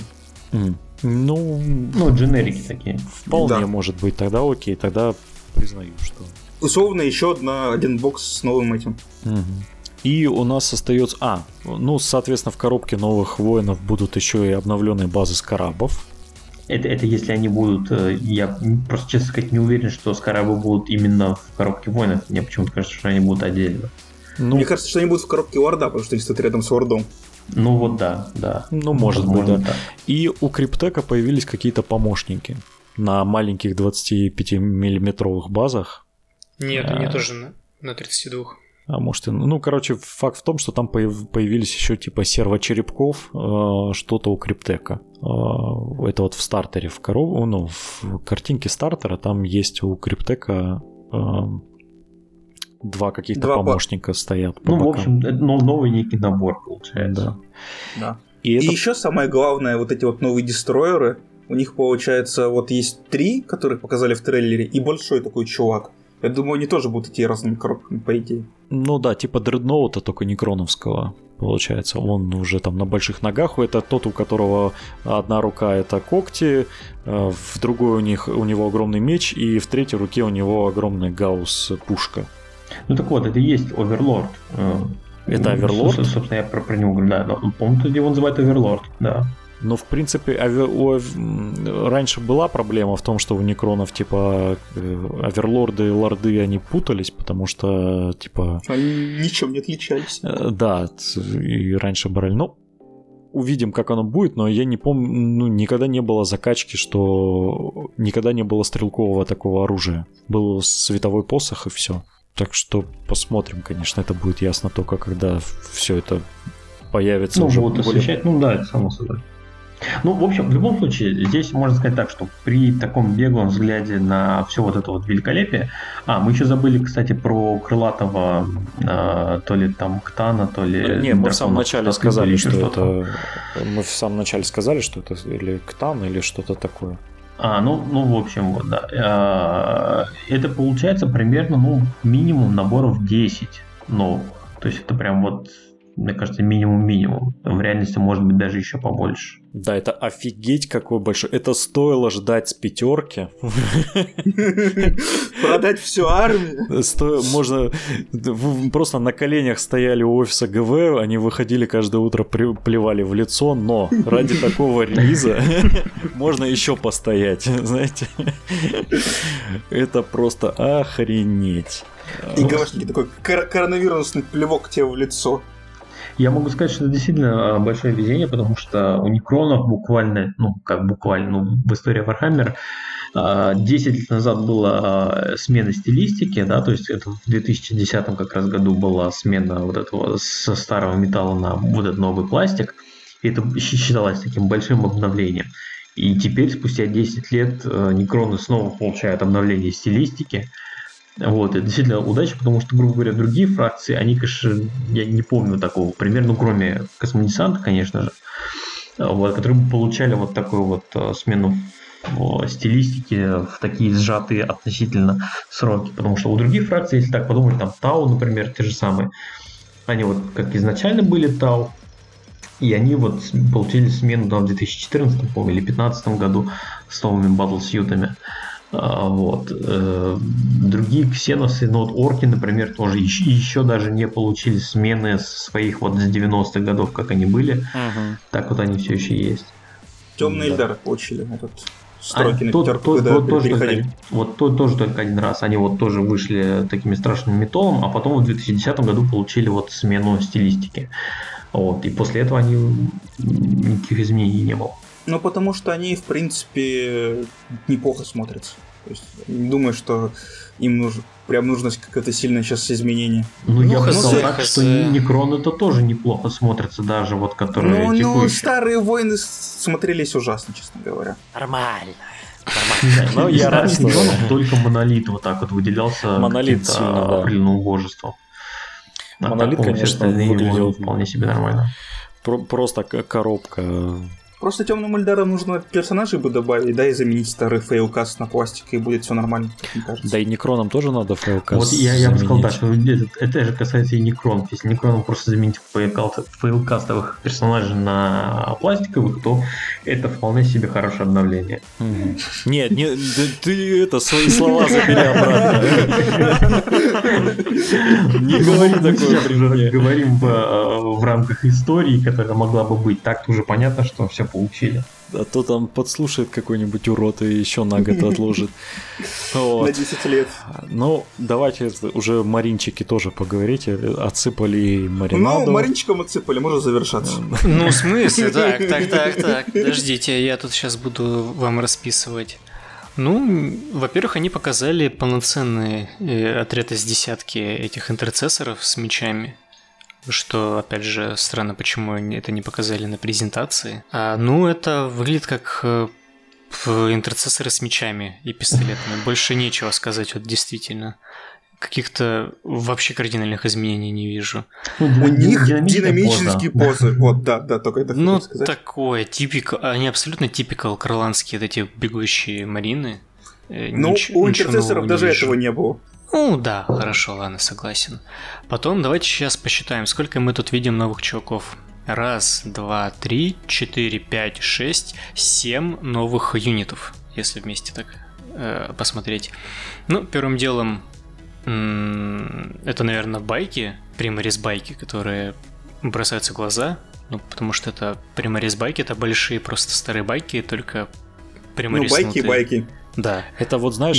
Дженерики такие. Вполне может быть. Тогда окей, тогда признаю, что... Условно еще один бокс с новым этим. И у нас остается... соответственно, в коробке новых воинов будут еще и обновленные базы скарабов. Это если они будут... Я просто, честно сказать, не уверен, что скарабы будут именно в коробке воинов. Мне почему-то кажется, что они будут отдельно. Мне кажется, что они будут в коробке Орда, потому что они стоят рядом с Ордом. Да. Может быть, да. И у Криптека появились какие-то помощники на маленьких 25-миллиметровых базах. Нет, они тоже на 32. А может, факт в том, что там появились еще типа сервочерепков, что-то у Криптека. Это вот в стартере, в картинке стартера там есть у Криптека 2 каких-то помощника стоят по бокам. В общем, новый некий набор получается. Да. И еще самое главное, вот эти вот новые дестройеры, у них получается вот есть 3, которые показали в трейлере, и большой такой чувак. Я думаю, они тоже будут идти разными коробками, по идее. Типа дредноута, только не кроновского. Получается, он уже там на больших ногах. Это тот, у которого одна рука это когти, в другой у него огромный меч, и в третьей руке у него огромная гаусс-пушка. Так вот, это и есть Оверлорд. Это Оверлорд? Собственно, я про него говорю, да. По-моему, его называют Оверлорд, да. В принципе, раньше была проблема в том, что у некронов, типа, оверлорды и лорды, они путались, потому что, типа... Они ничем не отличались. Да, и раньше брали. Увидим, как оно будет, но я не помню, никогда не было закачки, что никогда не было стрелкового такого оружия. Был световой посох и все. Так что посмотрим, конечно, это будет ясно только когда все это появится. Уже будут освещать, это само собой. В общем, в любом случае, здесь можно сказать так, что при таком беглом взгляде на все вот это вот великолепие... мы еще забыли, кстати, про крылатого, то ли там Ктана, то ли... Не, мы в самом начале сказали, что это... Мы в самом начале сказали, что это или Ктан, или что-то такое. В общем, вот, да. Это получается примерно, минимум наборов 10 новых. То есть это прям вот мне кажется, минимум. В реальности может быть даже еще побольше. Да, это офигеть какой большой. Это стоило ждать с 5. Продать всю армию. Можно... Просто на коленях стояли у офиса ГВ, они выходили каждое утро, плевали в лицо, но ради такого релиза можно еще постоять, знаете. Это просто охренеть. И ГВшники такой коронавирусный плевок тебе в лицо. Я могу сказать, что это действительно большое везение, потому что у Некронов буквально, в истории Warhammer 10 лет назад была смена стилистики, да, то есть это в 2010 как раз году была смена вот этого со старого металла на вот этот новый пластик, и это считалось таким большим обновлением. И теперь, спустя 10 лет, Некроны снова получают обновление стилистики. Вот, это действительно удача, потому что, грубо говоря, другие фракции, они, конечно, я не помню такого примера, кроме Космодесанта, конечно же, вот, которые бы получали вот такую вот смену стилистики в такие сжатые относительно сроки, потому что у других фракций, если так подумать, там Тау, например, те же самые, они вот как изначально были Тау, и они вот получили смену в 2014, или 2015 году с новыми батл-сьютами. Вот. Другие ксеносы, орки, например, тоже еще даже не получили смены своих вот с 90-х годов, как они были. Так вот они все еще есть. Темные Эльдары получили этот стройки на пятерку, когда переходили. Тоже только один раз. Они вот тоже вышли такими страшным металлом, а потом в 2010 году получили вот смену стилистики. Вот. И после этого они никаких изменений не было. Потому что они, в принципе, неплохо смотрятся. То есть, не думаю, что им нужно какое-то сильное сейчас изменение. Я бы сказал так, что Некроны это тоже неплохо смотрятся, даже вот которые текущие. Старые войны смотрелись ужасно, честно говоря. Нормально. Но я рад, что только Монолит вот так вот выделялся каким-то определенным убожеством. Монолит, конечно, выглядел вполне себе нормально. Просто коробка. Просто темным Эльдарам нужно персонажей бы добавить, да, и заменить старый фейлкаст на пластик, и будет все нормально, мне кажется. Да и Некронам тоже надо фейлкаст. Вот я бы сказал, да, что это же касается и Некронов. Если Некронам просто заменить фейлкастовых персонажей на пластиковых, то это вполне себе хорошее обновление. Нет, ты свои слова забери обратно. Не говори такое при мне. Говорим в рамках истории, которая могла бы быть. Так-то уже понятно, что все получили. А то там подслушает какой-нибудь урод и еще на год отложит. На 10 лет. Давайте уже маринчики тоже поговорите. Отсыпали маринаду. Маринчиком отсыпали, можно завершаться. В смысле? Так. Подождите, я тут сейчас буду вам расписывать. Во-первых, они показали полноценный отряд из десятки этих интерцессоров с мечами. Что, опять же, странно, почему это не показали на презентации. Это выглядит как интерцессоры с мечами и пистолетами. Больше нечего сказать, вот действительно. Каких-то вообще кардинальных изменений не вижу. У них динамические позы. Вот, да, только это хотел сказать. Такое, они абсолютно типикал карландские эти бегущие марины. У интерцессоров даже этого не было. Да, хорошо, ладно, согласен. Потом давайте сейчас посчитаем, сколько мы тут видим новых чуваков. 1, 2, 3, 4, 5, 6, 7 новых юнитов, если вместе так посмотреть. Первым делом, это, наверное, байки, Primaris байки, которые бросаются в глаза. Потому что это Primaris байки, это большие просто старые байки, только примариснутые. Байки. Да. Это вот, знаешь,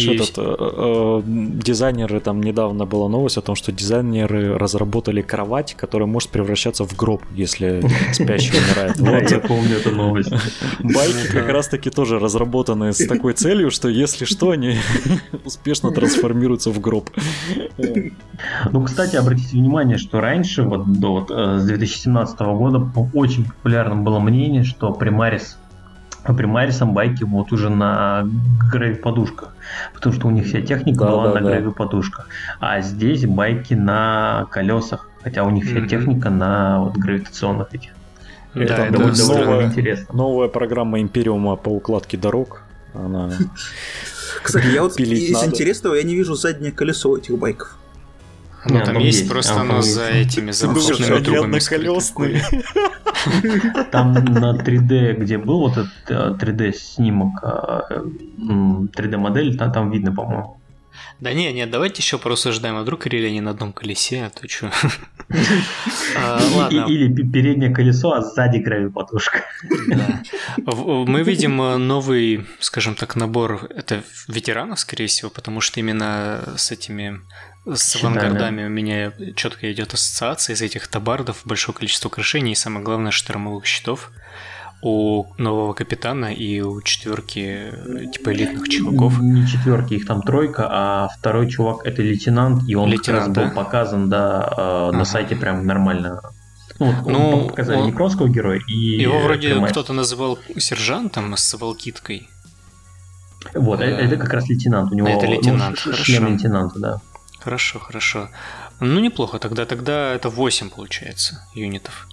дизайнеры, там недавно была новость о том, что дизайнеры разработали кровать, которая может превращаться в гроб, если спящий умирает. Да, я помню эту новость. Байки как раз-таки тоже разработаны с такой целью, что если что, они успешно трансформируются в гроб. Кстати, обратите внимание, что раньше, с 2017 года, очень популярным было мнение, что Примарисом байки вот уже на грейв-подушках, потому что у них вся техника была на грейв-подушках, а здесь байки на колесах, хотя у них вся техника на гравитационных этих. Это довольно интересно. Новая программа Империума по укладке дорог. Кстати, я из интересного я не вижу заднее колесо этих байков. Ну, там есть, просто оно за этими запасными трубами колесный. Там на 3D, где был вот этот 3D-снимок, 3D-модель, там видно, по-моему. Да нет, давайте еще порассуждаем, а вдруг рели не на одном колесе, а то что? Ладно. Или переднее колесо, а сзади гравиподушка. Да. Мы видим новый, скажем так, набор, это ветеранов, скорее всего, потому что именно с этими... С авангардами у меня четко идет ассоциация из этих табардов, большое количество украшений и, самое главное, штормовых щитов у нового капитана и у четверки типа элитных чуваков. Не четверки, их там тройка, а второй чувак это лейтенант, и он как раз был показан, на сайте прям нормально. Ну, показали Некронского героя и... Его вроде кто-то называл сержантом с волкиткой. Вот, это как раз лейтенант, у него это лейтенант, шлем лейтенанта, да. Хорошо. Ну, неплохо. Тогда это 8, получается, юнитов.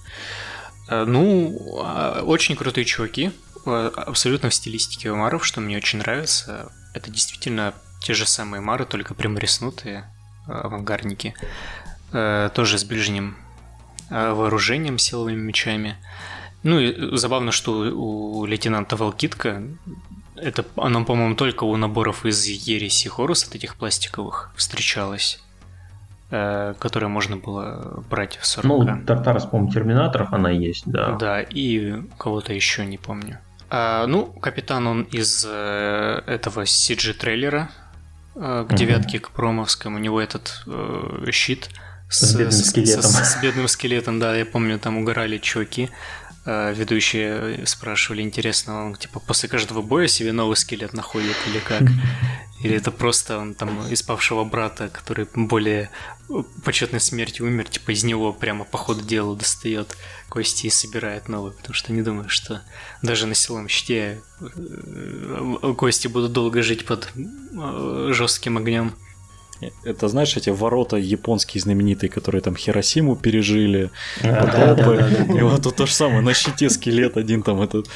Ну, очень крутые чуваки. Абсолютно в стилистике маров, что мне очень нравится. Это действительно те же самые мары, только прямореснутые авангардники. Тоже с ближним вооружением, силовыми мечами. Ну, и забавно, что у лейтенанта Волкитка... Это оно, по-моему, только у наборов из Ереси Хорус от этих пластиковых встречалось, которые можно было брать в 40. Ну, Тартарс, по-моему, Терминаторов она есть, да. Да, и кого-то еще не помню. Капитан он из этого CG-трейлера к девятке, к промовскому. У него этот щит с бедным скелетом. С бедным скелетом, да, я помню, там угорали чуваки. Ведущие спрашивали, интересно, он типа после каждого боя себе новый скелет находит или как? Или это просто он там из павшего брата, который более почетной смертью умер, типа из него прямо по ходу дела достает кости и собирает новые, потому что не думаю, что даже на силовом щите кости будут долго жить под жестким огнем. Это, знаешь, эти ворота японские знаменитые, которые там Хиросиму пережили, потопы. И вот тут то же самое, на щите скелет один там этот.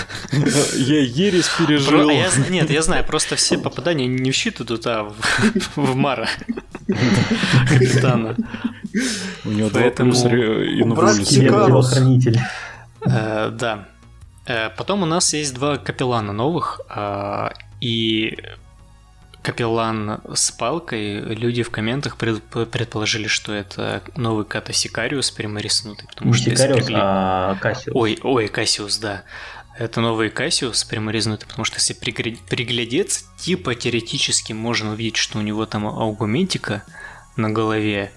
Я ересь пережил. Нет, я знаю, просто все попадания не в щит идут, а в Мара. Капитана. У него 2 плюса и телохранитель. Да. Потом у нас есть 2 капеллана новых, и... Капеллан с палкой, люди в комментах предположили, что это новый Като Сикариус прямореснутый. Не Сикариус, а Кассиус. Ой, Кассиус, да. Это новый Кассиус пряморезнутый, потому что если приглядеться, типа теоретически можно увидеть, что у него там аугументика на голове,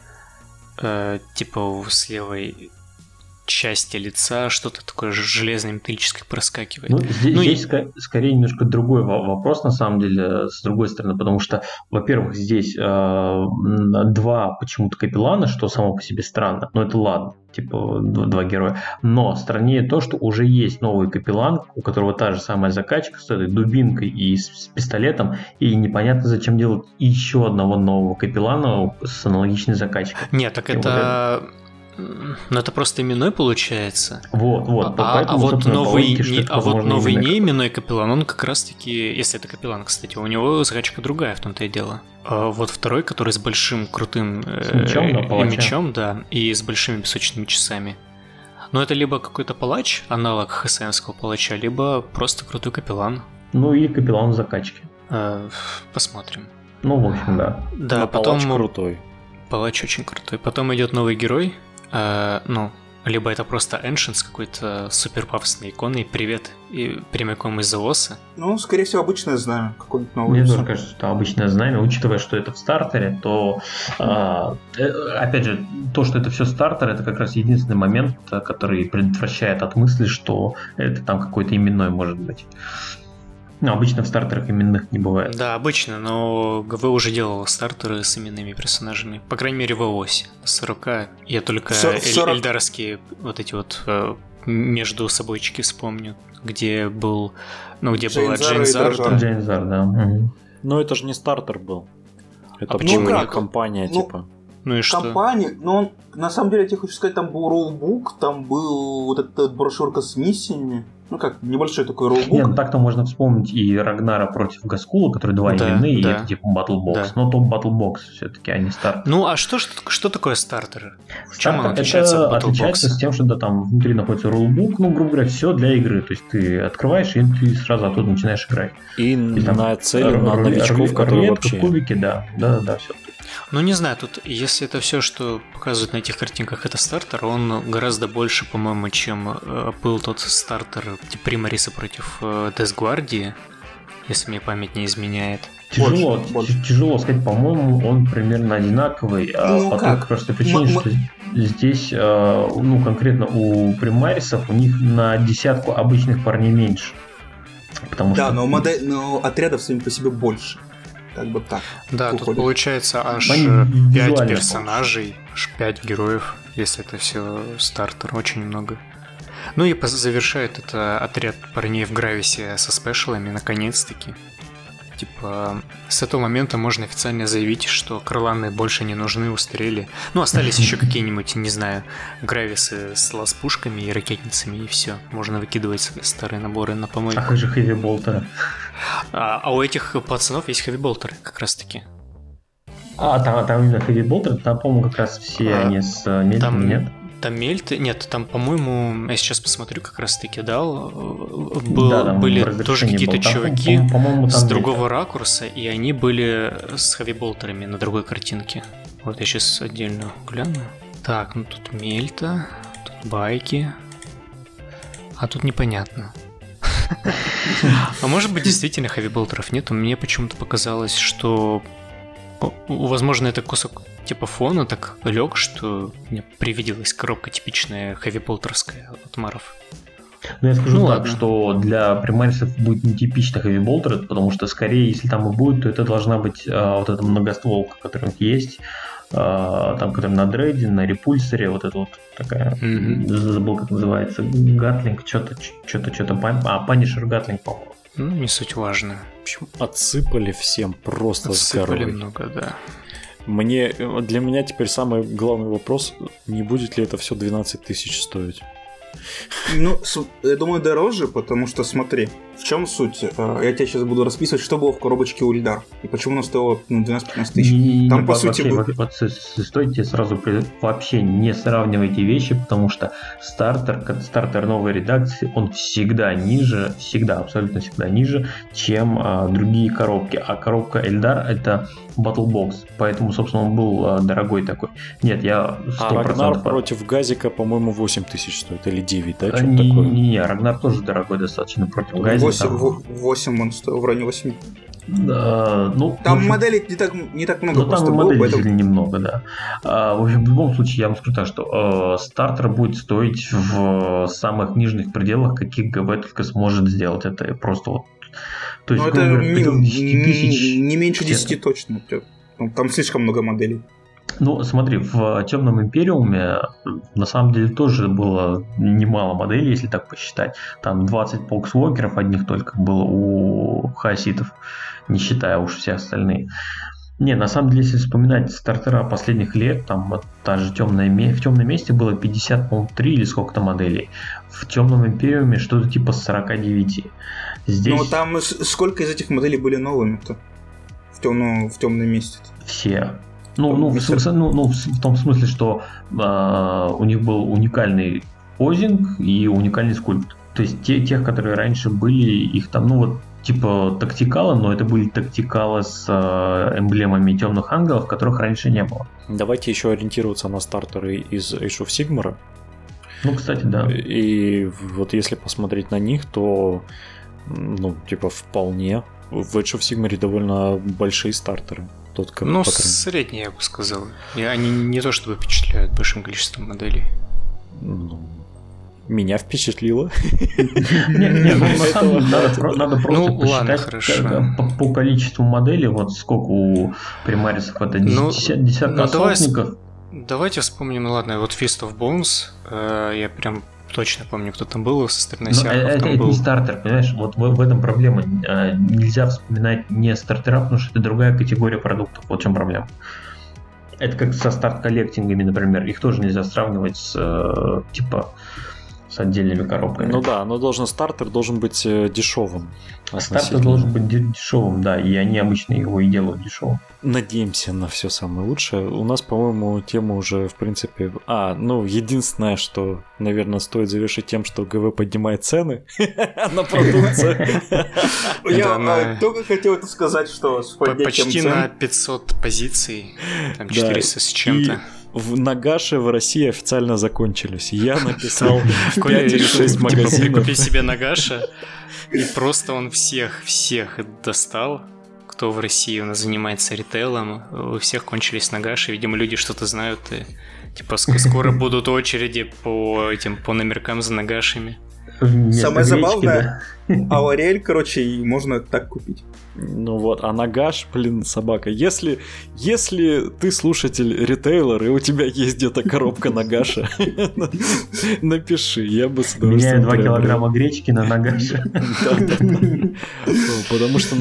типа с левой части лица что-то такое железное металлическое проскакивает. Здесь скорее немножко другой вопрос, на самом деле, с другой стороны, потому что, во-первых, здесь 2 почему-то капеллана, что само по себе странно, но это ладно, типа 2 героя, но страннее то, что уже есть новый капеллан, у которого та же самая закачка с этой дубинкой и с пистолетом, и непонятно, зачем делать еще одного нового капеллана с аналогичной закачкой. Нет, так это... Но это просто именной получается. Вот. А вот новый неименной капеллан, он как раз-таки, если это капеллан, кстати, у него закачка другая, в том-то и дело. А вот второй, который с большим крутым мечом, да, и с большими песочными часами. Но это либо какой-то палач, аналог ХСНского палача, либо просто крутой капеллан. Ну и капеллан в закачке. Посмотрим. Ну, в общем, да. Да, но потом... палач крутой. Палач очень крутой. Потом идет новый герой. Либо это просто Ancient с какой-то супер пафосной иконой. Привет, и прямиком из Зооса. Ну, скорее всего, обычное знамя. Какое-нибудь новое. Мне тоже кажется, что обычное знамя. Учитывая, что это в стартере, то, опять же, то, что это все стартер, это как раз единственный момент, который предотвращает от мысли, что это там какой-то именной может быть. Ну, обычно в стартерах именных не бывает. Да, обычно, но ГВ уже делал стартеры с именными персонажами. По крайней мере, в ООСе. С 40 я только эльдаровские вот эти вот между собойчики вспомню, где был, где была Джейнзар. Джейнзар, да. Но это же не стартер был. Это почему была компания, типа. Ну и что? Компании, но он, на самом деле, я тебе хочу сказать, там был роллбук, там был вот эта брошюрка с миссиями. Ну как, небольшой такой роллбук. Нет, ну так-то можно вспомнить и Рагнара против Гаскула, которые два именные, и это типа Battlebox. Но топ Battlebox все-таки, а не стартер. Ну а что такое стартер? В чем он Стартер отличается от Battlebox? Отличается с тем, что да, там внутри находится рулбук, ну, грубо говоря, все для игры. То есть ты открываешь, и ты сразу оттуда начинаешь играть. И нацелен на новичков, которые вообще... кубики, да, все. Ну, не знаю, тут, если это все, что показывают на этих картинках, это стартер, он гораздо больше, по-моему, чем был тот стартер Примариса против Death Guard, если мне память не изменяет. Тяжело сказать, по-моему, он примерно одинаковый, по той простой причине, что здесь, ну, конкретно у Примарисов, у них на 10 обычных парней меньше. Потому да, что... но отрядов сами по себе больше. Как бы так. Да, уходит. Тут получается аж 5 персонажей, аж 5 героев, если это все стартер, очень много. Ну и завершает это отряд парней в Грависе со спешалами, наконец-таки. Типа, с этого момента можно официально заявить, что крыланы больше не нужны, устарели. Ну, остались еще какие-нибудь, не знаю, Грависы с лаз-пушками и ракетницами, и все. Можно выкидывать старые наборы на помойку. А как же хэви-болтеры? А у этих пацанов есть хэви-болтеры, как раз-таки. Там именно хэви-болтеры? Там, по-моему, как раз все они с мельтами, нет? Там мельт, нет, там, по-моему, я сейчас посмотрю, как раз-таки дал, были тоже какие-то чуваки с другого ракурса, и они были с хэви-болтерами на другой картинке. Вот я сейчас отдельно гляну. Так, ну тут мельта, тут байки, а тут непонятно. А может быть, действительно хэви-болтеров нет? Мне почему-то показалось, что, возможно, это кусок типа фона так лег, что мне привиделась коробка типичная хэви-болтерская от Маров. Ну, я скажу так, что для примарисов будет нетипично хэви-болтер, потому что, скорее, если там и будет, то это должна быть вот эта многостволка, которая у них есть, там, которая на дрейде, на репульсоре, вот это вот такая, забыл, как называется, гатлинг, Панишер гатлинг, по-моему. Ну, не суть важно. В общем, отсыпали всем просто с горой. Отсыпали много, да. Для меня теперь самый главный вопрос, не будет ли это все 12 тысяч стоить? Ну, я думаю, дороже, потому что, смотри, в чем суть? Я тебе сейчас буду расписывать, что было в коробочке у Ильдар, и почему она стоила 12-15 тысяч. Там, по сути, стойте сразу, вообще не сравнивайте вещи, потому что стартер новой редакции, он всегда ниже, абсолютно всегда ниже, чем другие коробки. А коробка Ильдар — это Battlebox, поэтому, собственно, он был дорогой такой. Нет, я 100%... А Рагнар против Газика, по-моему, 8 тысяч стоит, или 9, да? Не, Рагнар тоже дорогой достаточно против Газика. 8 он стоил, в районе 8. Да, ну, там общем, моделей не так много просто там было, моделей поэтому... немного, да. В общем, в любом случае, я вам скажу так, что стартер будет стоить в самых нижних пределах, каких ГБ только сможет сделать. Это просто вот... То есть, это не меньше 10 точно. Там слишком много моделей. Ну, смотри, в Темном Империуме на самом деле тоже было немало моделей, если так посчитать. Там 20 полксвокеров одних только было у хаоситов, не считая уж все остальные. Не, на самом деле, если вспоминать стартера последних лет, там вот та же в темном месте было 50, по-моему, 3 или сколько-то моделей. В Темном Империуме что-то типа 49. Здесь... Ну, там сколько из этих моделей были новыми-то? В темном месте? Все. В том смысле, что у них был уникальный позинг и уникальный скульпт. То есть тех, которые раньше были, их там, ну вот, типа тактикалы, но это были тактикалы с эмблемами темных ангелов, которых раньше не было. Давайте еще ориентироваться на стартеры из Age of Sigmar. Ну, кстати, да. И вот если посмотреть на них, то, ну, типа, вполне. В Age of Sigmar довольно большие стартеры. Средние, я бы сказал. И они не то чтобы впечатляют большим количеством моделей. Меня впечатлило. На самом деле надо просто посчитать по количеству моделей, вот сколько у примарисов, это десятка сотников. Давайте вспомним, ладно, вот Fist of Bones, я прям точно помню, кто там был, со стороны Сиархов. Это не стартер, понимаешь? Вот в этом проблема. Нельзя вспоминать не стартера, потому что это другая категория продуктов. Вот в чем проблема. Это как со старт-коллектингами, например. Их тоже нельзя сравнивать с отдельными коробками. Ну да, но стартер должен быть дешевым. Стартер должен быть дешевым, да, и они обычно его и делают дешевым. Надеемся на все самое лучшее. У нас, по-моему, тема уже, в принципе... единственное, что, наверное, стоит завершить тем, что ГВ поднимает цены на продукцию. Я только хотел это сказать, что с поднятием почти цен... на 500 позиций, там 400 с чем-то. Нагаши в России официально закончились. Я написал 5 или 6 магазинов. Прикупи себе Нагаша, и просто он всех достал. Кто в России у нас занимается ритейлом, у всех кончились Нагаши. Видимо, люди что-то знают. И, скоро будут очереди по номеркам за Нагашами. Самое забавное, Лореаль, можно так купить. Ну вот, а Нагаш, собака. Если ты слушатель ритейлер, и у тебя есть где-то коробка Нагаша, напиши, я бы с удовольствием. Меняю 2 килограмма гречки на Нагаша. Потому что,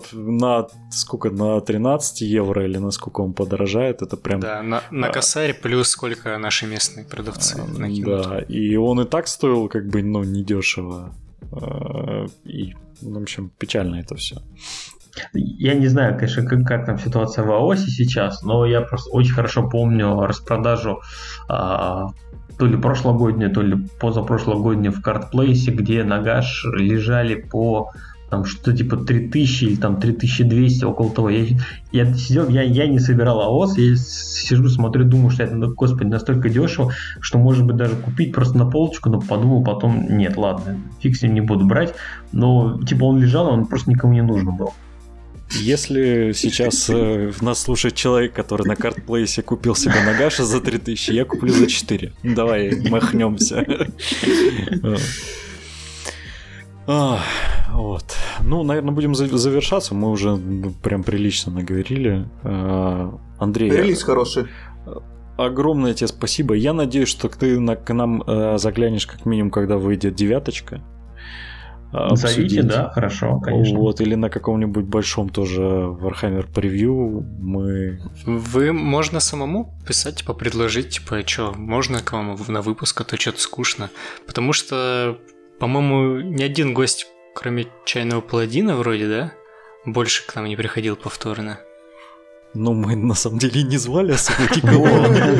на 13 евро или на сколько он подорожает, это прям... Да, на косаре плюс сколько наши местные продавцы накинут. Да, и он и так стоил недешево. И, в общем, печально это все. Я не знаю, конечно, как там ситуация в АОСе сейчас, но я просто очень хорошо помню распродажу то ли прошлогоднюю, то ли позапрошлогоднюю в картплейсе, где Нагаш лежали по там что-то типа 3000 или там 3200, около того. Я сидел, я не собирал АОС, я сижу, смотрю, думаю, что это, господи, настолько дешево, что может быть даже купить просто на полочку, но подумал потом, нет, ладно, фиг с ним, не буду брать. Но он лежал, он просто никому не нужен был. Если сейчас нас слушает человек, который на картплейсе купил себе Нагаша за 3000, я куплю за 4. Давай махнемся. Вот. Наверное, будем завершаться. Мы уже прям прилично наговорили. Андрей. Релиз хороший. Огромное тебе спасибо. Я надеюсь, что ты к нам заглянешь как минимум, когда выйдет 9. Зовите, да, хорошо, конечно. Вот, или на каком-нибудь большом тоже Warhammer превью можно самому писать, предложить, что можно к вам на выпуск, а то что-то скучно. Потому что, по-моему, ни один гость, кроме Чайного Паладина вроде, да, больше к нам не приходил повторно. Мы на самом деле не звали особо никого.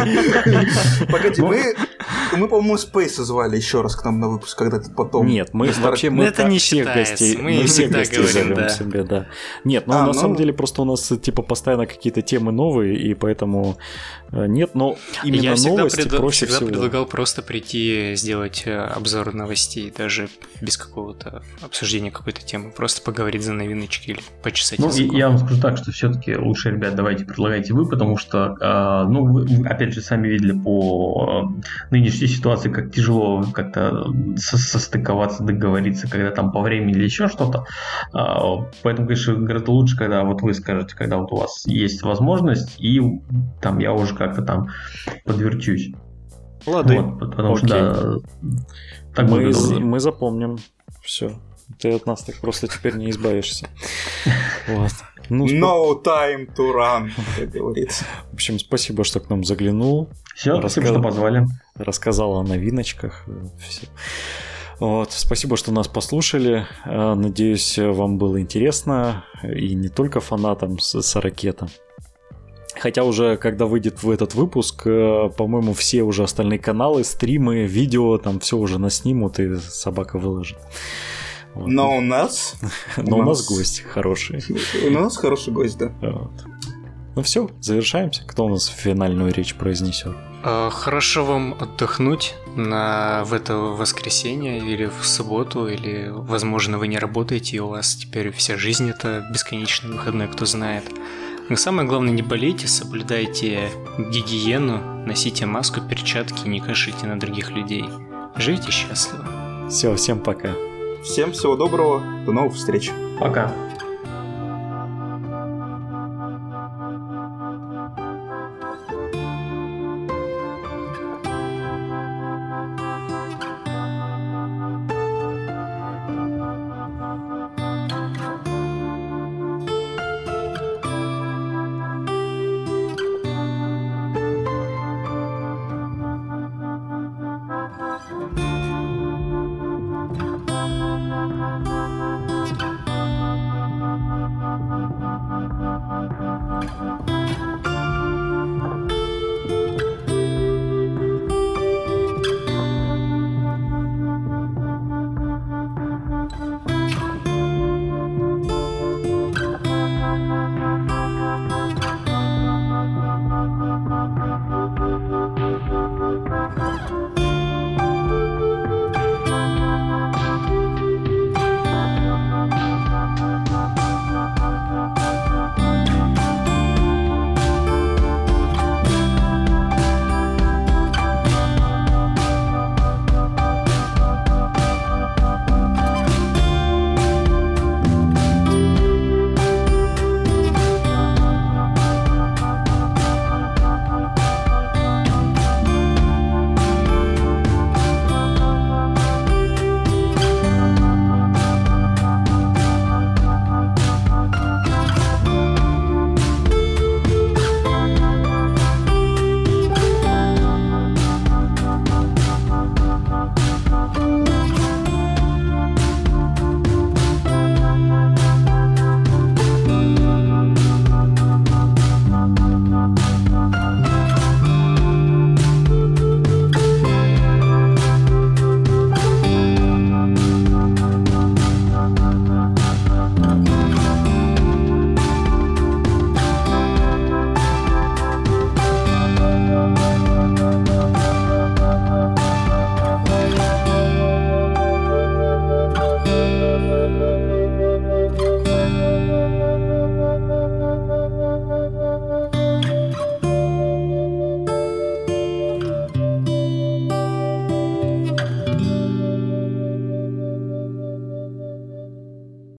Погоди, мы, по-моему, Space звали еще раз к нам на выпуск, когда-то потом. Нет, мы это не всех гостей. Мы всех гостей зовем себе, да. Нет, на самом деле просто у нас постоянно какие-то темы новые, и поэтому нет, но именно новости проще всего. Я всегда предлагал просто прийти сделать обзор новостей, даже без какого-то обсуждения какой-то темы, просто поговорить за новиночки или почесать языком. Я вам скажу так, что все-таки лучше, ребят, давайте предлагайте вы, потому что, вы, опять же, сами видели по нынешней ситуации, как тяжело как-то состыковаться, договориться, когда там по времени или еще что-то. Поэтому, конечно, гораздо лучше, когда вот вы скажете, когда вот у вас есть возможность, и там я уже как-то там подверчусь. Ладно. Вот, потому что, да, так мы запомним. Все. Ты от нас так просто теперь не избавишься. Вот. No time to run, как говорится. В общем, спасибо, что к нам заглянул. Все, спасибо, что позвали. Рассказал о новиночках. Все. Вот. Спасибо, что нас послушали. Надеюсь, вам было интересно. И не только фанатам с ракетом. Хотя уже, когда выйдет в этот выпуск, по-моему, все уже остальные каналы, стримы, видео, там все уже наснимут и собака выложит. Вот. Но у нас... Но у нас гость хороший. У нас хороший гость, да. Вот. Ну все, завершаемся. Кто у нас финальную речь произнесет? Хорошо вам отдохнуть в это воскресенье или в субботу, или, возможно, вы не работаете, и у вас теперь вся жизнь это бесконечный выходной, кто знает. Но самое главное, не болейте, соблюдайте гигиену, носите маску, перчатки, не кашите на других людей. Живите счастливо. Все, всем пока. Всем всего доброго, до новых встреч. Пока.